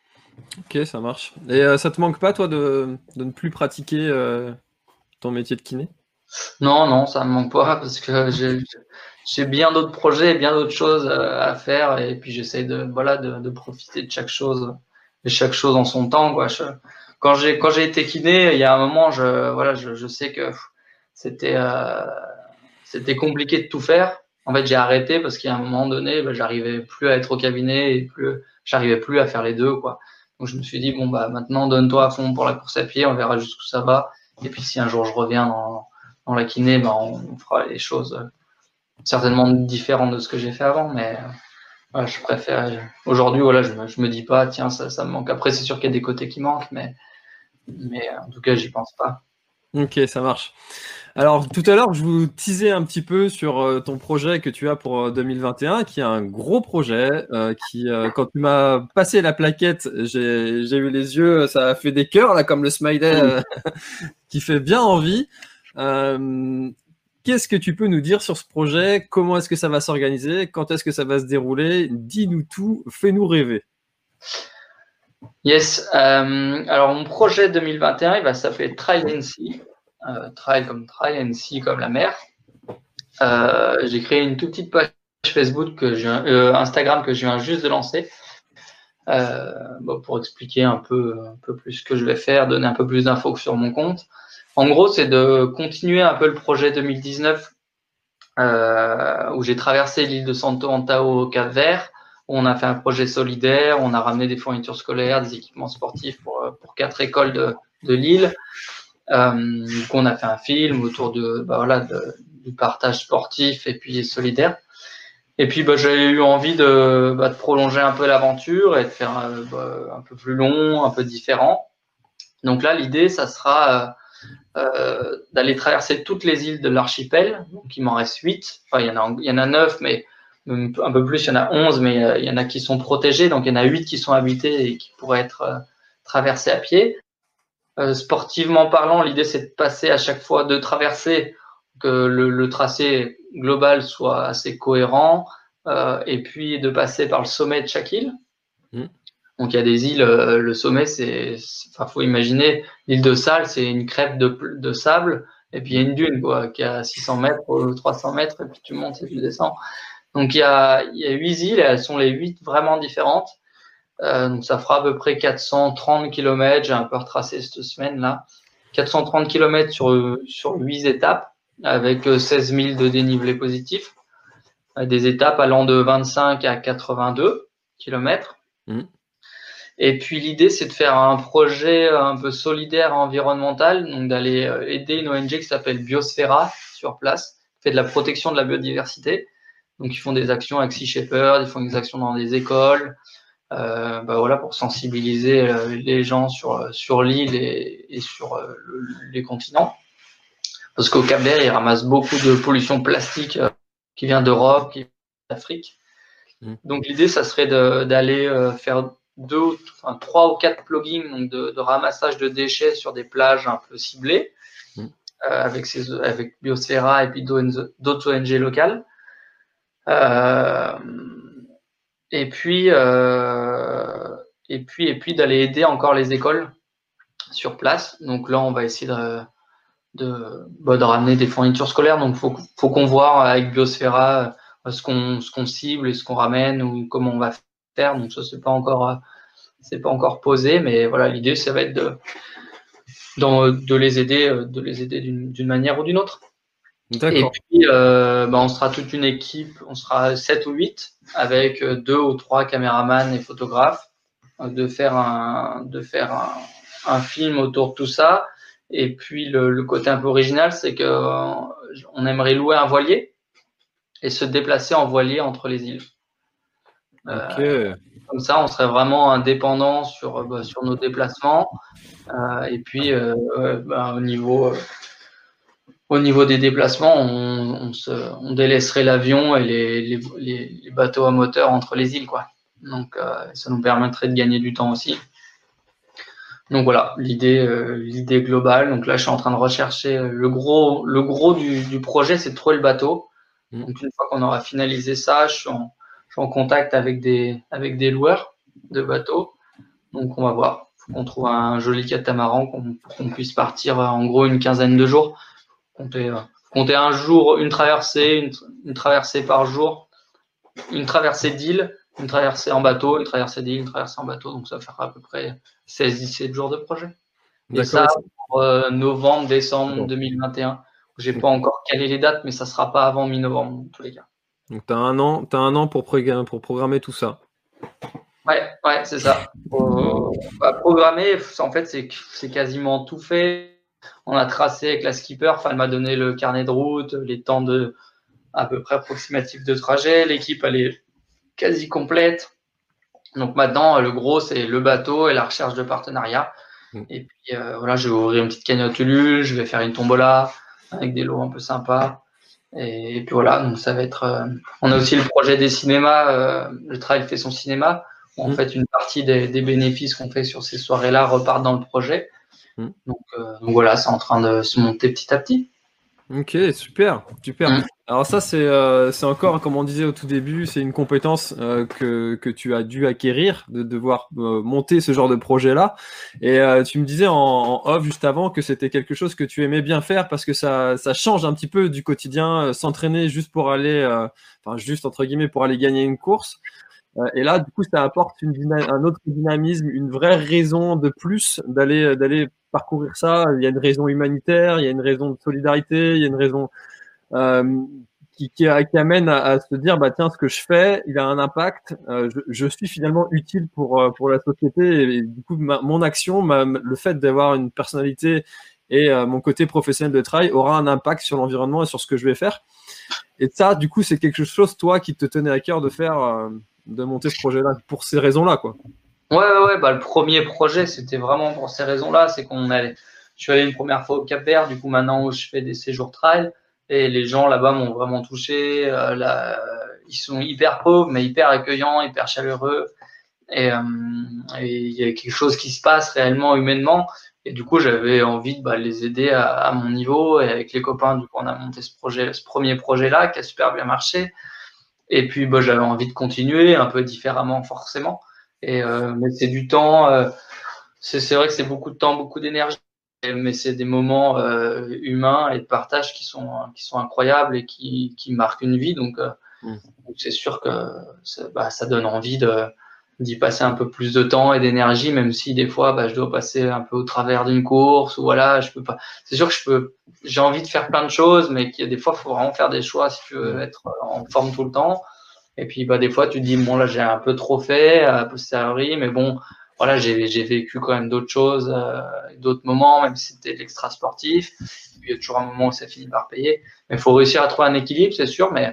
Ok, ça marche. Et euh, ça te manque pas, toi, de, de ne plus pratiquer euh... ton métier de kiné ? Non, non, ça me manque pas parce que j'ai, j'ai bien d'autres projets, bien d'autres choses à faire et puis j'essaie de, voilà, de, de profiter de chaque chose, de chaque chose en son temps, quoi. Je, quand j'ai, quand j'ai été kiné, il y a un moment, je, voilà, je, je sais que c'était, euh, c'était compliqué de tout faire. En fait, j'ai arrêté parce qu'à un moment donné, bah, j'arrivais plus à être au cabinet et plus, j'arrivais plus à faire les deux, quoi. Donc je me suis dit bon bah maintenant donne-toi à fond pour la course à pied, on verra jusqu'où ça va. Et puis si un jour je reviens dans dans la kiné, ben on, on fera les choses euh, certainement différentes de ce que j'ai fait avant, mais euh, voilà, je préfère aujourd'hui, voilà, je me, je me dis pas, tiens, ça, ça me manque. Après, c'est sûr qu'il y a des côtés qui manquent, mais, mais en tout cas, j'y pense pas. Ok, ça marche. Alors, tout à l'heure, je vous teasais un petit peu sur euh, ton projet que tu as pour euh, deux mille vingt et un, qui est un gros projet, euh, qui, euh, quand tu m'as passé la plaquette, j'ai, j'ai eu les yeux, ça a fait des cœurs, là, comme le smiley, euh, qui fait bien envie. Euh, qu'est-ce que tu peux nous dire sur ce projet ? Comment est-ce que ça va s'organiser ? Quand est-ce que ça va se dérouler ? Dis-nous tout, fais-nous rêver. Yes. Euh, alors, mon projet deux mille vingt et un, il va s'appeler Trail N C. Euh, trail comme trail, N C comme la mer. Euh, j'ai créé une toute petite page Facebook, que je, euh, Instagram que je viens juste de lancer. Euh, bon, pour expliquer un peu, un peu plus ce que je vais faire, donner un peu plus d'infos sur mon compte. En gros, c'est de continuer un peu le projet deux mille dix-neuf euh, où j'ai traversé l'île de Santo Antão au Cap-Vert. On a fait un projet solidaire, on a ramené des fournitures scolaires, des équipements sportifs pour, pour quatre écoles de, de l'île. Euh, donc on a fait un film autour de, bah voilà, de, du partage sportif et puis solidaire. Et puis bah, j'ai eu envie de, bah, de prolonger un peu l'aventure et de faire euh, bah, un peu plus long, un peu différent. Donc là, l'idée, ça sera euh, euh, d'aller traverser toutes les îles de l'archipel. Donc il m'en reste huit. Enfin, il y en a, il y en a neuf, mais un peu plus, il y en a onze, mais euh, il y en a qui sont protégés. Donc il y en a huit qui sont habités et qui pourraient être euh, traversés à pied. Euh, sportivement parlant, l'idée, c'est de passer à chaque fois de traverser, que le, le tracé global soit assez cohérent, euh, et puis de passer par le sommet de chaque île. Mmh. Donc il y a des îles, euh, le sommet, c'est, enfin, faut imaginer, l'île de Sal, c'est une crêpe de, de sable, et puis il y a une dune, quoi, qui a six cents mètres ou trois cents mètres, et puis tu montes et tu descends. Donc il y a, il y a huit îles, et elles sont les huit vraiment différentes. Euh, donc ça fera à peu près quatre cent trente kilomètres. J'ai un peu retracé cette semaine-là. quatre cent trente kilomètres sur, sur huit étapes, avec seize mille de dénivelé positif. Des étapes allant de vingt-cinq à quatre-vingt-deux kilomètres. Mmh. Et puis l'idée, c'est de faire un projet un peu solidaire environnemental, donc d'aller aider une O N G qui s'appelle Biosfera sur place, qui fait de la protection de la biodiversité. Donc ils font des actions avec Sea Shepherd, ils font des actions dans des écoles, euh, bah voilà, pour sensibiliser les gens sur sur l'île et, et sur euh, le, les continents. Parce qu'au Cap-Vert, ils ramassent beaucoup de pollution plastique euh, qui vient d'Europe, qui vient d'Afrique. Mmh. Donc l'idée, ça serait de, d'aller euh, faire deux, enfin trois ou quatre plugins, donc de, de ramassage de déchets sur des plages un peu ciblées, mmh. euh, avec ces, avec Biosfera et puis d'autres O N G locales. Euh, et puis euh, et puis et puis d'aller aider encore les écoles sur place. Donc là, on va essayer de de, bah, de ramener des fournitures scolaires. Donc faut faut qu'on voit avec Biosfera ce qu'on ce qu'on cible et ce qu'on ramène ou comment on va faire. Donc ça, c'est pas encore c'est pas encore posé, mais voilà, l'idée, ça va être de de, de les aider de les aider d'une d'une manière ou d'une autre. D'accord. Et puis, euh, bah, on sera toute une équipe, on sera sept ou huit, avec deux ou trois caméramans et photographes, de faire un, de faire un, un film autour de tout ça. Et puis, le, le côté un peu original, c'est que euh, on aimerait louer un voilier et se déplacer en voilier entre les îles. Ok. Euh, comme ça, on serait vraiment indépendant sur, bah, sur nos déplacements. Euh, et puis, euh, bah, au niveau... Euh, Au niveau des déplacements, on, on, se, on délaisserait l'avion et les, les, les, les bateaux à moteur entre les îles, quoi. Donc, euh, ça nous permettrait de gagner du temps aussi. Donc voilà, l'idée, euh, l'idée globale. Donc là, je suis en train de rechercher le gros, le gros du, du projet, c'est de trouver le bateau. Donc une fois qu'on aura finalisé ça, je suis en, je suis en contact avec des, avec des loueurs de bateaux. Donc on va voir. Faut qu'on trouve un joli catamaran qu'on, qu'on puisse partir en gros une quinzaine de jours. Compter, euh, compter un jour, une traversée, une, une traversée par jour, une traversée d'île, une traversée en bateau, une traversée d'île, une traversée en bateau. Donc ça fera à peu près seize dix-sept jours de projet. Et D'accord. ça, pour euh, novembre, décembre deux mille vingt et un. J'ai pas encore calé les dates, mais ça sera pas avant mi-novembre, en tous les cas. Donc tu as un an, t'as un an pour, pré- pour programmer tout ça. Ouais, ouais, c'est ça. Euh, bah, programmer, en fait, c'est, c'est quasiment tout fait. On a tracé avec la skipper, enfin, elle m'a donné le carnet de route, les temps de, à peu près approximatifs de trajet. L'équipe, elle est quasi complète. Donc maintenant, le gros, c'est le bateau et la recherche de partenariat. Mmh. Et puis euh, voilà, je vais ouvrir une petite cagnotte Ulule, je vais faire une tombola avec des lots un peu sympas. Et, et puis voilà, donc ça va être. Euh, on a aussi le projet des cinémas. Euh, le Trail fait son cinéma. Où en mmh. fait, une partie des, des bénéfices qu'on fait sur ces soirées-là repartent dans le projet. Mmh. Donc, euh, donc voilà, c'est en train de se monter petit à petit. Ok, super, super. Mmh. Alors ça, c'est euh, c'est encore, comme on disait au tout début, c'est une compétence euh, que que tu as dû acquérir, de devoir euh, monter ce genre de projet-là. Et euh, tu me disais en, en off juste avant que c'était quelque chose que tu aimais bien faire parce que ça ça change un petit peu du quotidien, euh, s'entraîner juste pour aller, euh, enfin juste entre guillemets pour aller gagner une course. Et là, du coup, ça apporte une dyna- un autre dynamisme, une vraie raison de plus d'aller d'aller parcourir ça. Il y a une raison humanitaire, il y a une raison de solidarité, il y a une raison euh, qui, qui, qui amène à, à se dire bah tiens, ce que je fais, il a un impact. Euh, je, je suis finalement utile pour pour la société et, et du coup ma, mon action, ma, le fait d'avoir une personnalité et euh, mon côté professionnel de travail aura un impact sur l'environnement et sur ce que je vais faire. Et ça, du coup, c'est quelque chose toi qui te tenait à cœur de faire, euh, de monter ce projet-là pour ces raisons-là, quoi. Ouais, ouais, ouais. Bah le premier projet, c'était vraiment pour ces raisons-là, c'est qu'on allait. Je suis allé une première fois au Cap-Vert, du coup maintenant où je fais des séjours trail. Et les gens là-bas m'ont vraiment touché. Euh, là, ils sont hyper pauvres, mais hyper accueillants, hyper chaleureux. Et euh, il y a quelque chose qui se passe réellement humainement. Et du coup, j'avais envie de bah, les aider à, à mon niveau. Et avec les copains, du coup, on a monté ce projet, ce premier projet-là qui a super bien marché. Et puis, bah, j'avais envie de continuer un peu différemment, forcément. Et euh, mais c'est du temps. Euh, c'est, c'est vrai que c'est beaucoup de temps, beaucoup d'énergie. Mais c'est des moments euh, humains et de partage qui sont qui sont incroyables et qui qui marquent une vie. Donc, euh, mmh. donc c'est sûr que ça, bah, ça donne envie de d'y passer un peu plus de temps et d'énergie, même si des fois bah, je dois passer un peu au travers d'une course ou voilà, je peux pas. C'est sûr que je peux. J'ai envie de faire plein de choses, mais qu'il y a des fois, il faut vraiment faire des choix si tu veux être en forme tout le temps. Et puis bah des fois, tu te dis bon là j'ai un peu trop fait a posteriori, mais bon. Voilà, j'ai, j'ai vécu quand même d'autres choses, euh, d'autres moments, même si c'était l'extra sportif. Et puis, il y a toujours un moment où ça finit par payer. Mais il faut réussir à trouver un équilibre, c'est sûr. Mais,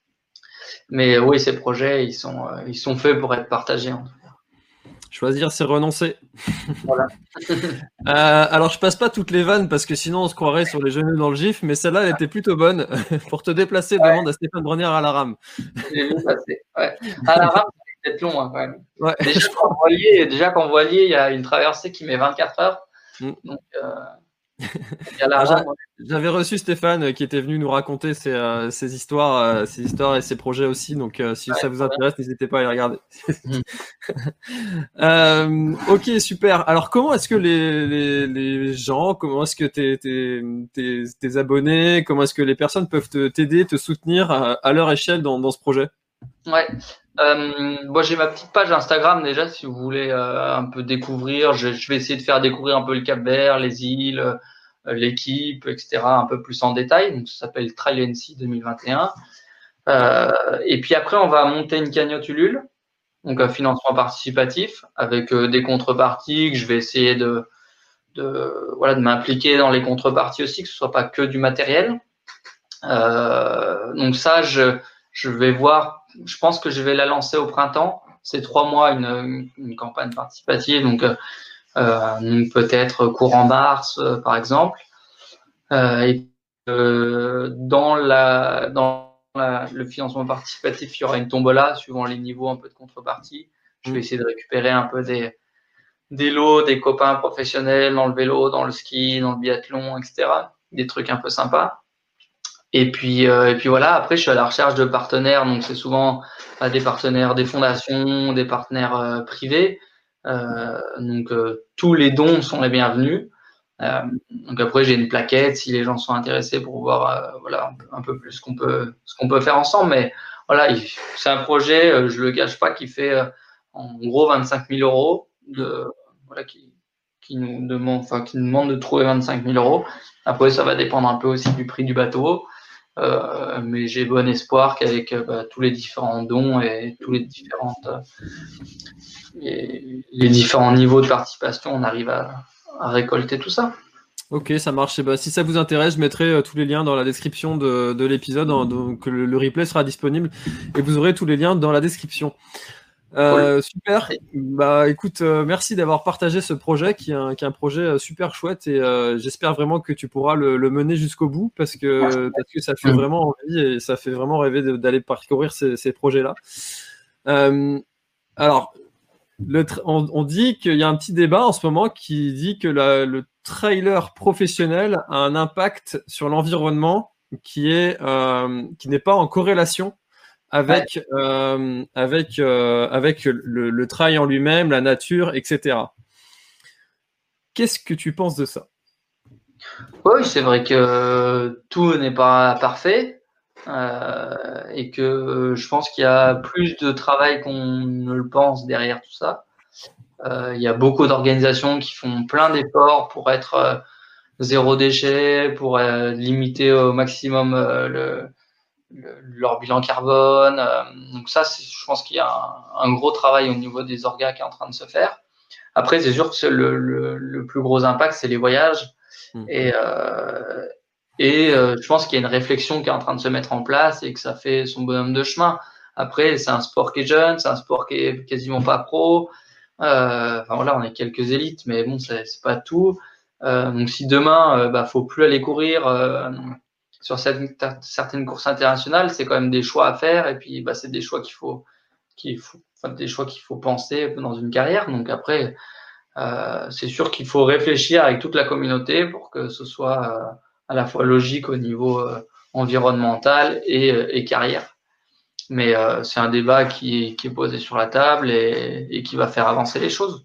mais oui, ces projets, ils sont, euh, ils sont faits pour être partagés. En tout cas. Choisir, c'est renoncer. Voilà. euh, alors, je passe pas toutes les vannes parce que sinon, on se croirait sur les genoux dans le gif. Mais celle-là, elle était plutôt bonne. Pour te déplacer, ouais. Demande à Stéphane Brenière à la rame. J'ai vu passer. Ouais. À la rame. C'est peut-être long hein, quand même. Ouais. Déjà, qu'en voilier, déjà qu'en voilier, il y a une traversée qui met vingt-quatre heures. Mm. Donc, euh, y a la rame, ouais. J'avais reçu Stéphane qui était venu nous raconter ses, euh, ses histoires, euh, ses histoires et ses projets aussi. Donc, euh, si ouais, ça vous intéresse, ouais. N'hésitez pas à les regarder. Mm. euh, ok, super. Alors, comment est-ce que les, les, les gens, comment est-ce que tes, tes, tes, tes abonnés, comment est-ce que les personnes peuvent te, t'aider, te soutenir à, à leur échelle dans, dans ce projet? Ouais. Euh, moi j'ai ma petite page Instagram déjà si vous voulez euh, un peu découvrir. Je, je vais essayer de faire découvrir un peu le Cap-Vert, les îles, euh, l'équipe, et cetera un peu plus en détail. Donc ça s'appelle Trail N C deux mille vingt et un. Euh, et puis après on va monter une cagnotte Ulule, donc un financement participatif avec euh, des contreparties que je vais essayer de, de voilà de m'impliquer dans les contreparties aussi, que ce soit pas que du matériel. Euh, donc ça je je vais voir. Je pense que je vais la lancer au printemps. C'est trois mois une, une, une campagne participative, donc, euh, donc peut-être courant mars, euh, par exemple. Euh, et euh, dans la dans la, le financement participatif, il y aura une tombola suivant les niveaux un peu de contrepartie. Je vais essayer de récupérer un peu des des lots, des copains professionnels dans le vélo, dans le ski, dans le biathlon, et cetera. Des trucs un peu sympas. Et puis, euh, et puis voilà. Après, je suis à la recherche de partenaires. Donc, c'est souvent bah, des partenaires, des fondations, des partenaires euh, privés. Euh, donc, euh, tous les dons sont les bienvenus. Euh, donc après, j'ai une plaquette si les gens sont intéressés pour voir, euh, voilà, un peu, un peu plus ce qu'on peut, ce qu'on peut faire ensemble. Mais voilà, il, c'est un projet. Euh, je le cache pas, qui fait euh, en gros vingt-cinq mille euros de, voilà, qui, qui nous demande, enfin, qui nous demande de trouver vingt-cinq mille euros. Après, ça va dépendre un peu aussi du prix du bateau. Euh, mais j'ai bon espoir qu'avec euh, bah, tous les différents dons et tous les différentes euh, les, les différents niveaux de participation, on arrive à, à récolter tout ça. Ok, ça marche. Et bah, si ça vous intéresse, je mettrai euh, tous les liens dans la description de, de l'épisode, hein, donc le, le replay sera disponible et vous aurez tous les liens dans la description. Euh, cool. Super. Bah, écoute, euh, merci d'avoir partagé ce projet qui est un, qui est un projet super chouette et euh, j'espère vraiment que tu pourras le, le mener jusqu'au bout parce que, parce que ça fait mmh. vraiment envie et ça fait vraiment rêver de, d'aller parcourir ces, ces projets-là. Euh, alors, le tra- on, on dit qu'il y a un petit débat en ce moment qui dit que la, le trailer professionnel a un impact sur l'environnement qui est, euh, qui n'est pas en corrélation avec ouais. euh, avec euh, avec le, le trail en lui-même, la nature, et cetera. Qu'est-ce que tu penses de ça? Oui, c'est vrai que tout n'est pas parfait euh, et que je pense qu'il y a plus de travail qu'on ne le pense derrière tout ça. Euh, il y a beaucoup d'organisations qui font plein d'efforts pour être euh, zéro déchet, pour euh, limiter au maximum euh, le le, leur bilan carbone. Euh, donc ça, c'est, je pense qu'il y a un, un gros travail au niveau des orgas qui est en train de se faire. Après, c'est sûr que le, le, le plus gros impact, c'est les voyages. Mmh. Et, euh, et euh, je pense qu'il y a une réflexion qui est en train de se mettre en place et que ça fait son bonhomme de chemin. Après, c'est un sport qui est jeune, c'est un sport qui est quasiment pas pro. Euh, enfin voilà, on est quelques élites, mais bon, c'est, c'est pas tout. Euh, donc si demain, euh, bah, faut plus aller courir euh, sur cette, certaines courses internationales, c'est quand même des choix à faire. Et puis, bah, c'est des choix qu'il faut, qu'il faut, enfin, des choix qu'il faut penser dans une carrière. Donc après, euh, c'est sûr qu'il faut réfléchir avec toute la communauté pour que ce soit euh, à la fois logique au niveau euh, environnemental et, et carrière. Mais euh, c'est un débat qui est, qui est posé sur la table et, et qui va faire avancer les choses.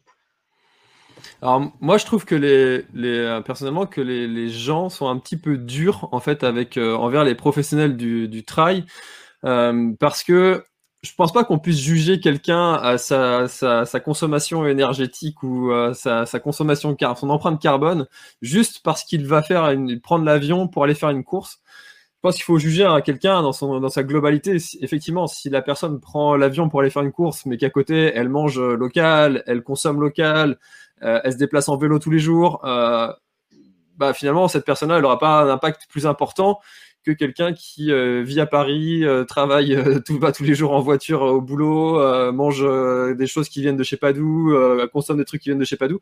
Alors moi je trouve que les, les personnellement que les, les gens sont un petit peu durs en fait avec euh, envers les professionnels du, du trail euh, parce que je pense pas qu'on puisse juger quelqu'un à sa, sa, sa consommation énergétique ou à sa, sa consommation car son empreinte carbone juste parce qu'il va faire une, prendre l'avion pour aller faire une course. Je pense qu'il faut juger hein, quelqu'un dans son dans sa globalité. Si, effectivement, si la personne prend l'avion pour aller faire une course, mais qu'à côté elle mange local, elle consomme local, euh, elle se déplace en vélo tous les jours, euh, bah finalement cette personne-là, elle aura pas un impact plus important que quelqu'un qui euh, vit à Paris, euh, travaille euh, tout va tous les jours en voiture euh, au boulot, euh, mange euh, des choses qui viennent de je sais pas d'où, euh, consomme des trucs qui viennent de je sais pas d'où.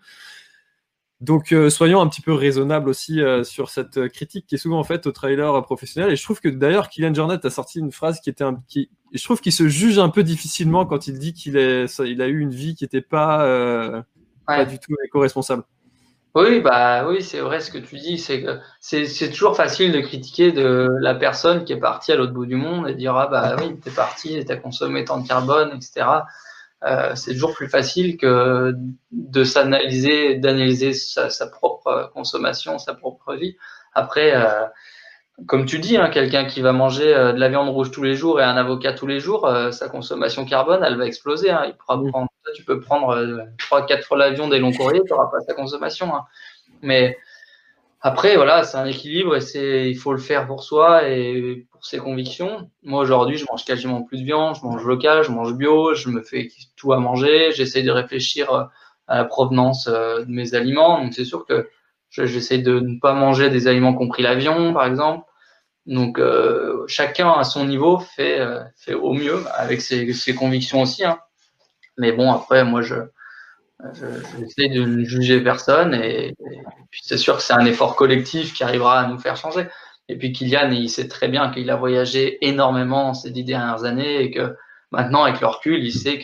Donc, euh, soyons un petit peu raisonnables aussi euh, sur cette critique qui est souvent faite aux trailers professionnels. Et je trouve que d'ailleurs, Kilian Jornet a sorti une phrase qui était un, qui, je trouve qu'il se juge un peu difficilement quand il dit qu'il est, il a eu une vie qui n'était pas, euh, ouais. pas du tout éco-responsable. Oui, bah oui, c'est vrai ce que tu dis. C'est que c'est, c'est toujours facile de critiquer de la personne qui est partie à l'autre bout du monde et dire ah bah oui, t'es parti, t'as consommé tant de carbone, et cetera. Euh, c'est toujours plus facile que de s'analyser, d'analyser sa, sa propre consommation, sa propre vie. Après, euh, comme tu dis, hein, quelqu'un qui va manger euh, de la viande rouge tous les jours et un avocat tous les jours, euh, sa consommation carbone, elle va exploser. Hein. Il pourra mmh. prendre, tu peux prendre euh, trois, quatre fois l'avion des longs courriers, tu n'auras pas sa consommation. Hein. Mais après, voilà, c'est un équilibre et c'est, il faut le faire pour soi et pour ses convictions. Moi, aujourd'hui, je mange quasiment plus de viande, je mange local, je mange bio, je me fais tout à manger, j'essaie de réfléchir à la provenance de mes aliments. Donc, c'est sûr que je, j'essaie de ne pas manger des aliments qui ont pris l'avion, par exemple. Donc, euh, chacun à son niveau fait, euh, fait au mieux avec ses, ses convictions aussi. Hein. Mais bon, après, moi, je, Je, j'essaie de ne juger personne et, et puis c'est sûr que c'est un effort collectif qui arrivera à nous faire changer. Et puis Kilian, il sait très bien qu'il a voyagé énormément ces dix dernières années et que maintenant, avec le recul, il sait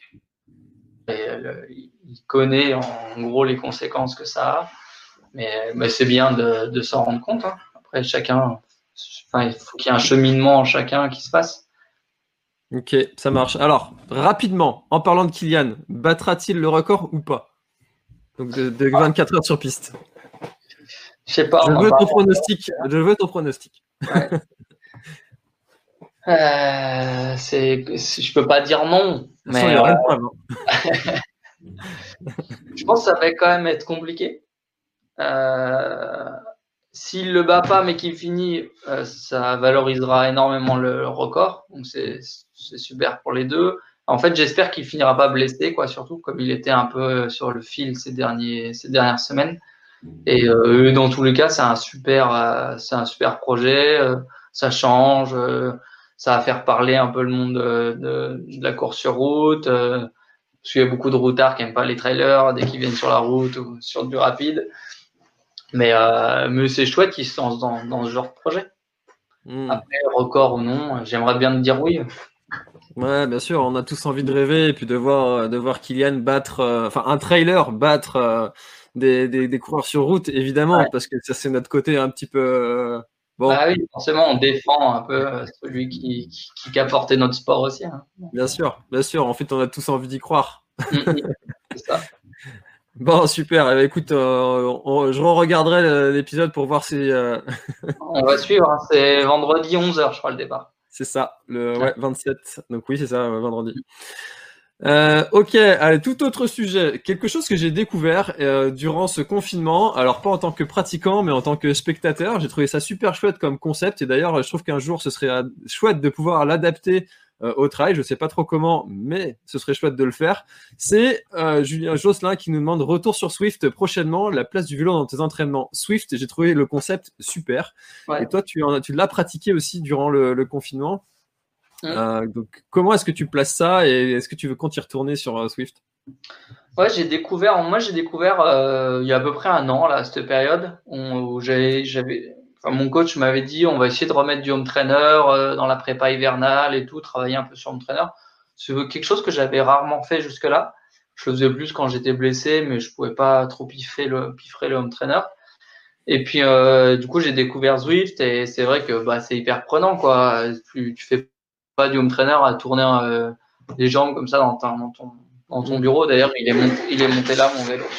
qu'il connaît en gros les conséquences que ça a. Mais, mais c'est bien de, de s'en rendre compte. Hein. Après, chacun, enfin, il faut qu'il y ait un cheminement en chacun qui se fasse. Ok, ça marche. Alors, rapidement, en parlant de Kilian, battra-t-il le record ou pas? Donc de, de vingt-quatre heures sur piste. Je sais pas. Je veux ton pronostic. Je veux ton pronostic. Ouais. euh, c'est, je peux pas dire non, mais euh, je pense que ça va quand même être compliqué. Euh, S'il le bat pas mais qu'il finit, euh, ça valorisera énormément le record. Donc c'est, c'est super pour les deux. En fait, j'espère qu'il finira pas blessé, quoi, surtout comme il était un peu sur le fil ces derniers, ces dernières semaines. Et euh, dans tous les cas, c'est un super, euh, c'est un super projet. Euh, ça change, euh, ça va faire parler un peu le monde de, de, de la course sur route. Euh, parce qu'il y a beaucoup de routards qui aiment pas les trailers dès qu'ils viennent sur la route ou sur du rapide. Mais, euh, mais c'est chouette qu'ils se lancent dans, dans ce genre de projet. Mmh. Après, record ou non, j'aimerais bien te dire oui. Ouais, bien sûr, on a tous envie de rêver et puis de voir, de voir Kilian battre, euh, enfin un trailer battre euh, des, des, des coureurs sur route, évidemment, ouais. Parce que ça c'est notre côté un petit peu. Euh, bon. Ah oui, forcément, on défend un peu celui qui, qui, qui a porté notre sport aussi. Hein. Bien sûr, bien sûr. En fait, on a tous envie d'y croire. C'est ça. Bon, super. Écoute, euh, on, je re-regarderai l'épisode pour voir si. Euh... on va suivre. Hein. C'est vendredi onze heures, je crois, le départ. C'est ça, le ouais, vingt-sept. Donc oui, c'est ça, vendredi. Euh, ok, allez, tout autre sujet. Quelque chose que j'ai découvert euh, durant ce confinement, alors pas en tant que pratiquant, mais en tant que spectateur. J'ai trouvé ça super chouette comme concept. Et d'ailleurs, je trouve qu'un jour, ce serait euh, chouette de pouvoir l'adapter euh, au trail. Je sais pas trop comment, mais ce serait chouette de le faire. C'est euh, Julien Josselin qui nous demande retour sur Swift prochainement, la place du vélo dans tes entraînements. Swift, j'ai trouvé le concept super. Ouais. Et toi, tu, en, tu l'as pratiqué aussi durant le, le confinement. Mmh. Euh, donc, comment est-ce que tu places ça et est-ce que tu veux compte y retourner sur euh, Swift? Ouais, j'ai découvert, moi j'ai découvert euh, il y a à peu près un an, là, à cette période, où j'avais, j'avais, enfin, mon coach m'avait dit on va essayer de remettre du home trainer euh, dans la prépa hivernale et tout, travailler un peu sur home trainer. C'est quelque chose que j'avais rarement fait jusque-là. Je le faisais plus quand j'étais blessé, mais je pouvais pas trop piffrer le, piffrer le home trainer. Et puis, euh, du coup, j'ai découvert Zwift et c'est vrai que bah, c'est hyper prenant, quoi. Tu, tu fais pas du home trainer à tourner euh, les jambes comme ça dans, ta, dans, ton, dans ton bureau. D'ailleurs, il est monté, il est monté là, mon vélo.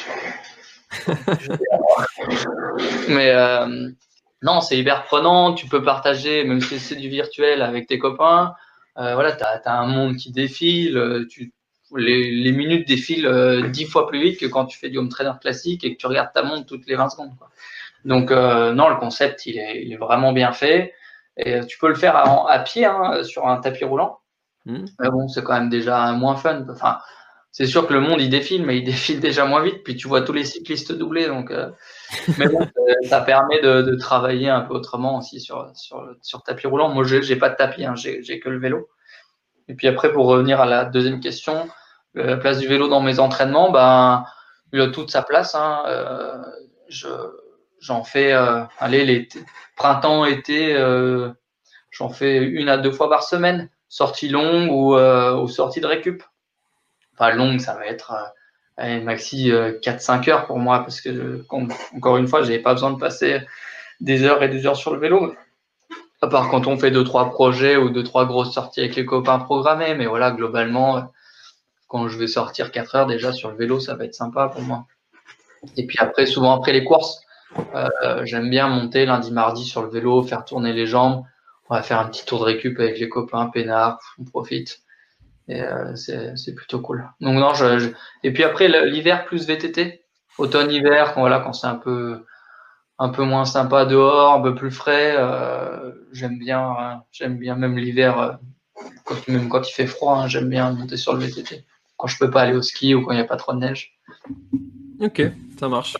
Mais euh, non, c'est hyper prenant. Tu peux partager, même si c'est du virtuel, avec tes copains. Euh, voilà, t'as, t'as un monde qui défile. Tu, les, les minutes défilent euh, dix fois plus vite que quand tu fais du home trainer classique et que tu regardes ta montre toutes les vingt secondes, quoi. Donc euh, non, le concept, il est, il est vraiment bien fait. Et tu peux le faire à, à pied, hein, sur un tapis roulant. Mmh. Mais bon, c'est quand même déjà moins fun. Enfin, c'est sûr que le monde, il défile, mais il défile déjà moins vite. Puis tu vois tous les cyclistes doubler. Donc, euh... mais bon, ça permet de, de travailler un peu autrement aussi sur, sur, sur tapis roulant. Moi, j'ai, j'ai pas de tapis, hein, j'ai, j'ai que le vélo. Et puis après, pour revenir à la deuxième question, la place du vélo dans mes entraînements, ben, il a toute sa place, hein. Euh, je... J'en fais, euh, allez, l'été, printemps, été, euh, j'en fais une à deux fois par semaine, sortie longue ou, euh, ou sortie de récup. Enfin, longue, ça va être euh, allez, maxi euh, quatre cinq heures pour moi, parce que, je, encore une fois, j'avais pas besoin de passer des heures et des heures sur le vélo. À part quand on fait deux trois projets ou deux trois grosses sorties avec les copains programmés. Mais voilà, globalement, quand je vais sortir quatre heures déjà sur le vélo, ça va être sympa pour moi. Et puis après, souvent après les courses, Euh, j'aime bien monter lundi, mardi sur le vélo, faire tourner les jambes. On va faire un petit tour de récup avec les copains, peinards, on profite. Et euh, c'est, c'est plutôt cool. Donc non, je, je... Et puis après l'hiver plus V T T, automne-hiver, quand voilà, quand c'est un peu un peu moins sympa dehors, un peu plus frais, euh, j'aime bien, hein, j'aime bien même l'hiver, euh, quand, même quand il fait froid, hein, j'aime bien monter sur le V T T. Quand je peux pas aller au ski ou quand il n'y a pas trop de neige. Ok, ça marche.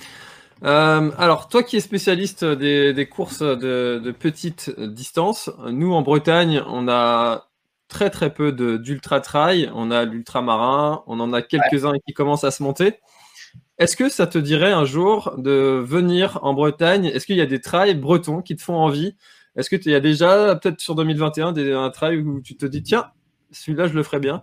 Euh, alors, toi qui es spécialiste des, des courses de, de petite distance, nous en Bretagne, on a très très peu de, d'ultra trail, on a l'ultramarin, on en a quelques-uns ouais. qui commencent à se monter. Est-ce que ça te dirait un jour de venir en Bretagne? Est-ce qu'il y a des trails bretons qui te font envie? Est-ce qu'il y a déjà, peut-être sur deux mille vingt et un, des, un trail où tu te dis, tiens, celui-là, je le ferais bien?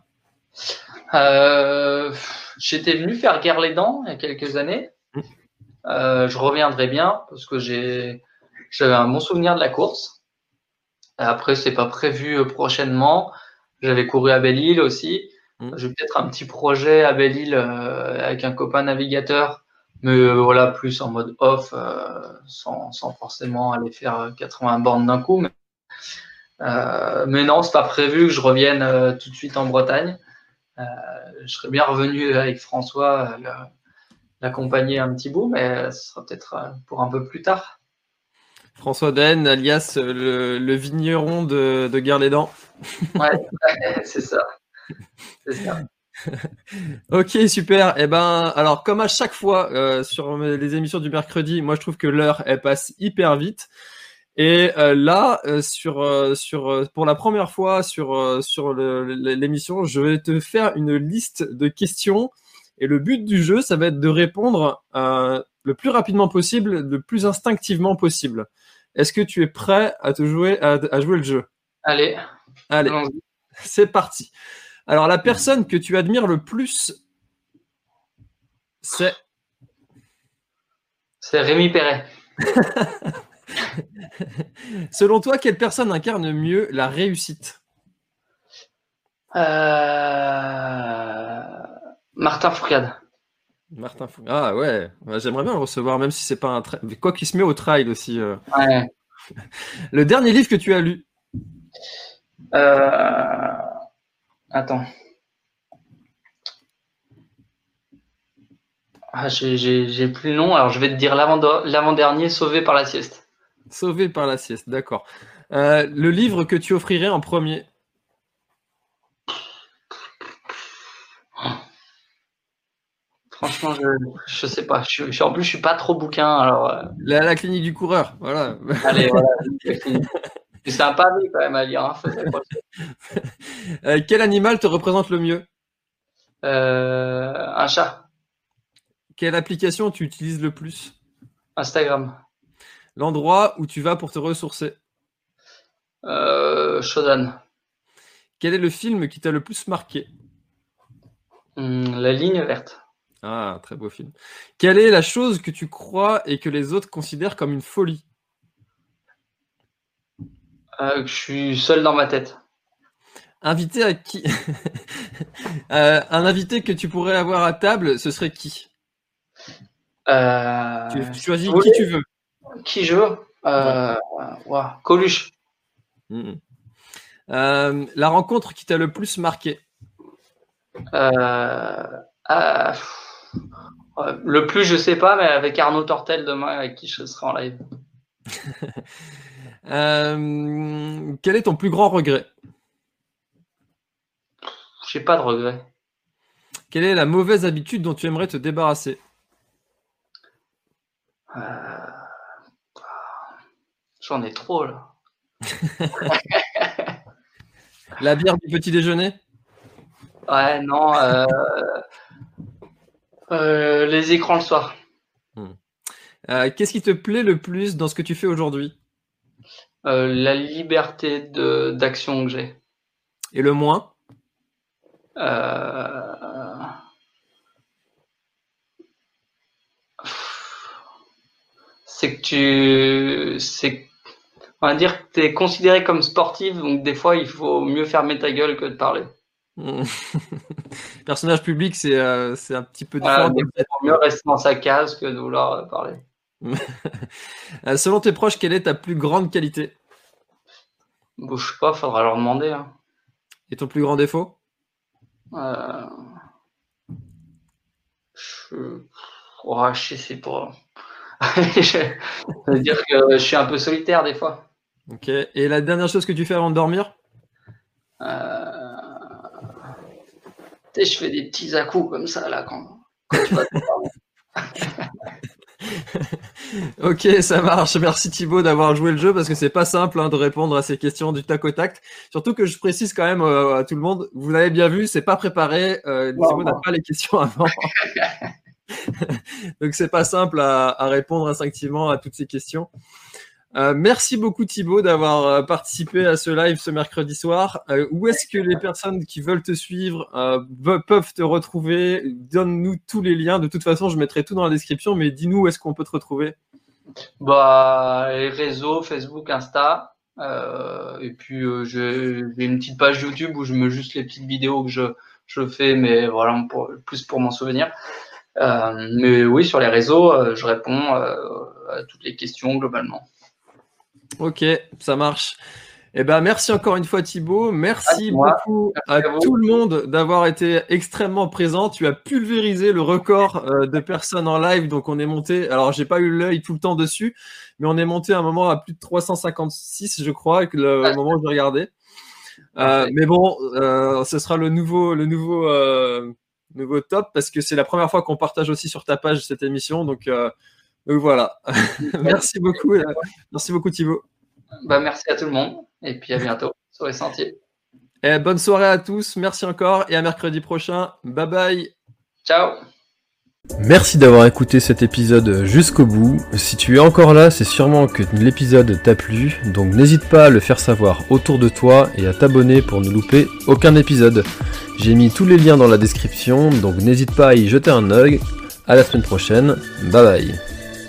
euh, J'étais venu faire Guerre-les-Dents il y a quelques années. Mmh. Euh, je reviendrai bien parce que j'ai, j'avais un bon souvenir de la course. Après, c'est pas prévu prochainement. J'avais couru à Belle-Île aussi. Mmh. J'ai peut-être un petit projet à Belle-Île euh, avec un copain navigateur, mais euh, voilà, plus en mode off, euh, sans, sans forcément aller faire quatre-vingts bornes d'un coup. Mais, euh, mais non, c'est pas prévu que je revienne euh, tout de suite en Bretagne. Euh, je serais bien revenu avec François. Euh, l'accompagner un petit bout, mais ce sera peut-être pour un peu plus tard. François Den, alias le, le vigneron de, de Guerre-les-Dents. Ouais, c'est ça. C'est ça. Ok, super. Eh ben, alors comme à chaque fois euh, sur les émissions du mercredi, moi je trouve que l'heure elle passe hyper vite. Et euh, là, euh, sur euh, sur euh, pour la première fois sur euh, sur le, l'émission, je vais te faire une liste de questions. Et le but du jeu, ça va être de répondre euh, le plus rapidement possible, le plus instinctivement possible. Est-ce que tu es prêt à te jouer à, à jouer le jeu? Allez. Allez, allons-y. C'est parti. Alors, la personne que tu admires le plus, c'est... C'est Rémi Perret. Selon toi, quelle personne incarne mieux la réussite? euh... Martin Fourcade. Martin Fourcade. Ah ouais, j'aimerais bien le recevoir, même si c'est pas un trail. Quoi qu'il se met au trail aussi. Euh... Ouais. Le dernier livre que tu as lu? euh... Attends. Ah, j'ai, j'ai, j'ai plus le nom. Alors, je vais te dire l'avant, l'avant-dernier, Sauvé par la sieste. Sauvé par la sieste, d'accord. Euh, le livre que tu offrirais en premier? Franchement, je, je sais pas. Je, je, en plus, je suis pas trop bouquin. Alors, euh... la, la clinique du coureur, voilà. Allez, voilà. C'est un pavé quand même à lire. Hein. euh, quel animal te représente le mieux? euh, Un chat. Quelle application tu utilises le plus? Instagram. L'endroit où tu vas pour te ressourcer? euh, Shodan. Quel est le film qui t'a le plus marqué? hum, La ligne verte. Ah, très beau film. Quelle est la chose que tu crois et que les autres considèrent comme une folie? euh, Je suis seul dans ma tête. Invité à qui? euh, Un invité que tu pourrais avoir à table, ce serait qui? euh, Tu choisis qui tu veux. Qui je veux euh, ouais. wow. Coluche. Mmh. Euh, la rencontre qui t'a le plus marqué? euh, euh, Le plus, je sais pas, mais avec Arnaud Tortel demain, avec qui je serai en live. euh, quel est ton plus grand regret? J'ai pas de regret. Quelle est la mauvaise habitude dont tu aimerais te débarrasser? euh... J'en ai trop, là. La bière du petit déjeuner? Ouais, non. Euh... Euh, les écrans le soir. Hmm. Euh, qu'est-ce qui te plaît le plus dans ce que tu fais aujourd'hui? euh, La liberté de, d'action que j'ai. Et le moins? euh... C'est que tu... C'est... On va dire que tu es considéré comme sportif, donc des fois, il faut mieux fermer ta gueule que de parler. Personnage public, c'est, euh, c'est un petit peu différent. Il faut mieux rester dans sa case que de vouloir euh, parler. euh, selon tes proches, quelle est ta plus grande qualité? Bon, je sais pas, faudra leur demander. Hein. Et ton plus grand défaut? euh... Je... Oh, je sais pas. je veux dire que je suis un peu solitaire des fois. Ok. Et la dernière chose que tu fais avant de dormir? euh... Tu sais, je fais des petits à-coups comme ça là quand, quand tu vas te Ok, ça marche. Merci Thibaut d'avoir joué le jeu parce que c'est pas simple hein, de répondre à ces questions du tac au tac. Surtout que je précise quand même euh, à tout le monde, vous l'avez bien vu, c'est pas préparé. Euh, Thibaut n'a pas les questions avant. Donc c'est pas simple à, à répondre instinctivement à toutes ces questions. Euh, merci beaucoup Thibaut d'avoir participé à ce live ce mercredi soir. Euh, où est-ce que les personnes qui veulent te suivre euh, peuvent te retrouver? Donne-nous tous les liens. De toute façon, je mettrai tout dans la description, mais dis-nous où est-ce qu'on peut te retrouver. Bah, les réseaux, Facebook, Insta. Euh, et puis euh, j'ai, j'ai une petite page YouTube où je mets juste les petites vidéos que je, je fais, mais voilà, pour, plus pour m'en souvenir. Euh, mais oui, sur les réseaux, euh, je réponds euh, à toutes les questions globalement. Ok, ça marche. Eh ben, merci encore une fois Thibaut. Merci ah, beaucoup merci à, à tout le monde d'avoir été extrêmement présent. Tu as pulvérisé le record euh, de personnes en live. Donc on est monté, alors j'ai pas eu l'œil tout le temps dessus, mais on est monté à un moment à plus de trois cent cinquante-six, je crois, que le ah, moment où je regardais. Euh, mais bon, euh, ce sera le nouveau, le nouveau, euh, nouveau top parce que c'est la première fois qu'on partage aussi sur ta page cette émission. Donc euh, Donc voilà. Merci beaucoup. Merci beaucoup Thibaut. Bah, merci à tout le monde et puis à bientôt sur les sentiers. Et bonne soirée à tous. Merci encore et à mercredi prochain. Bye bye. Ciao. Merci d'avoir écouté cet épisode jusqu'au bout. Si tu es encore là, c'est sûrement que l'épisode t'a plu. Donc n'hésite pas à le faire savoir autour de toi et à t'abonner pour ne louper aucun épisode. J'ai mis tous les liens dans la description, donc n'hésite pas à y jeter un œil. À la semaine prochaine. Bye bye.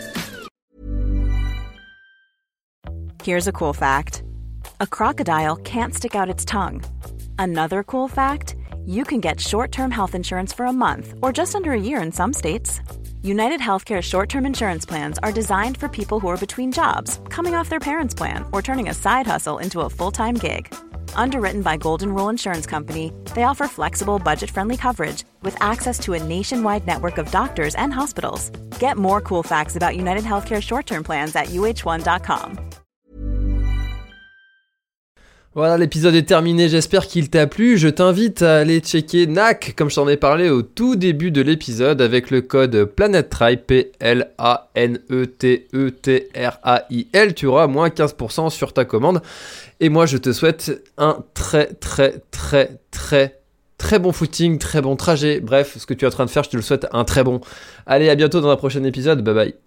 Here's a cool fact. A crocodile can't stick out its tongue. Another cool fact, you can get short-term health insurance for a month or just under a year in some states. United Healthcare short-term insurance plans are designed for people who are between jobs, coming off their parents' plan, or turning a side hustle into a full-time gig. Underwritten by Golden Rule Insurance Company, they offer flexible, budget-friendly coverage with access to a nationwide network of doctors and hospitals. Get more cool facts about United Healthcare short-term plans at U H one dot com. Voilà, l'épisode est terminé, j'espère qu'il t'a plu. Je t'invite à aller checker N A C, comme je t'en ai parlé au tout début de l'épisode, avec le code PlanetTrail, P L A N E T E T R A I L. Tu auras moins quinze pour cent sur ta commande. Et moi, je te souhaite un très, très, très, très, très bon footing, très bon trajet. Bref, ce que tu es en train de faire, je te le souhaite un très bon. Allez, à bientôt dans un prochain épisode. Bye bye.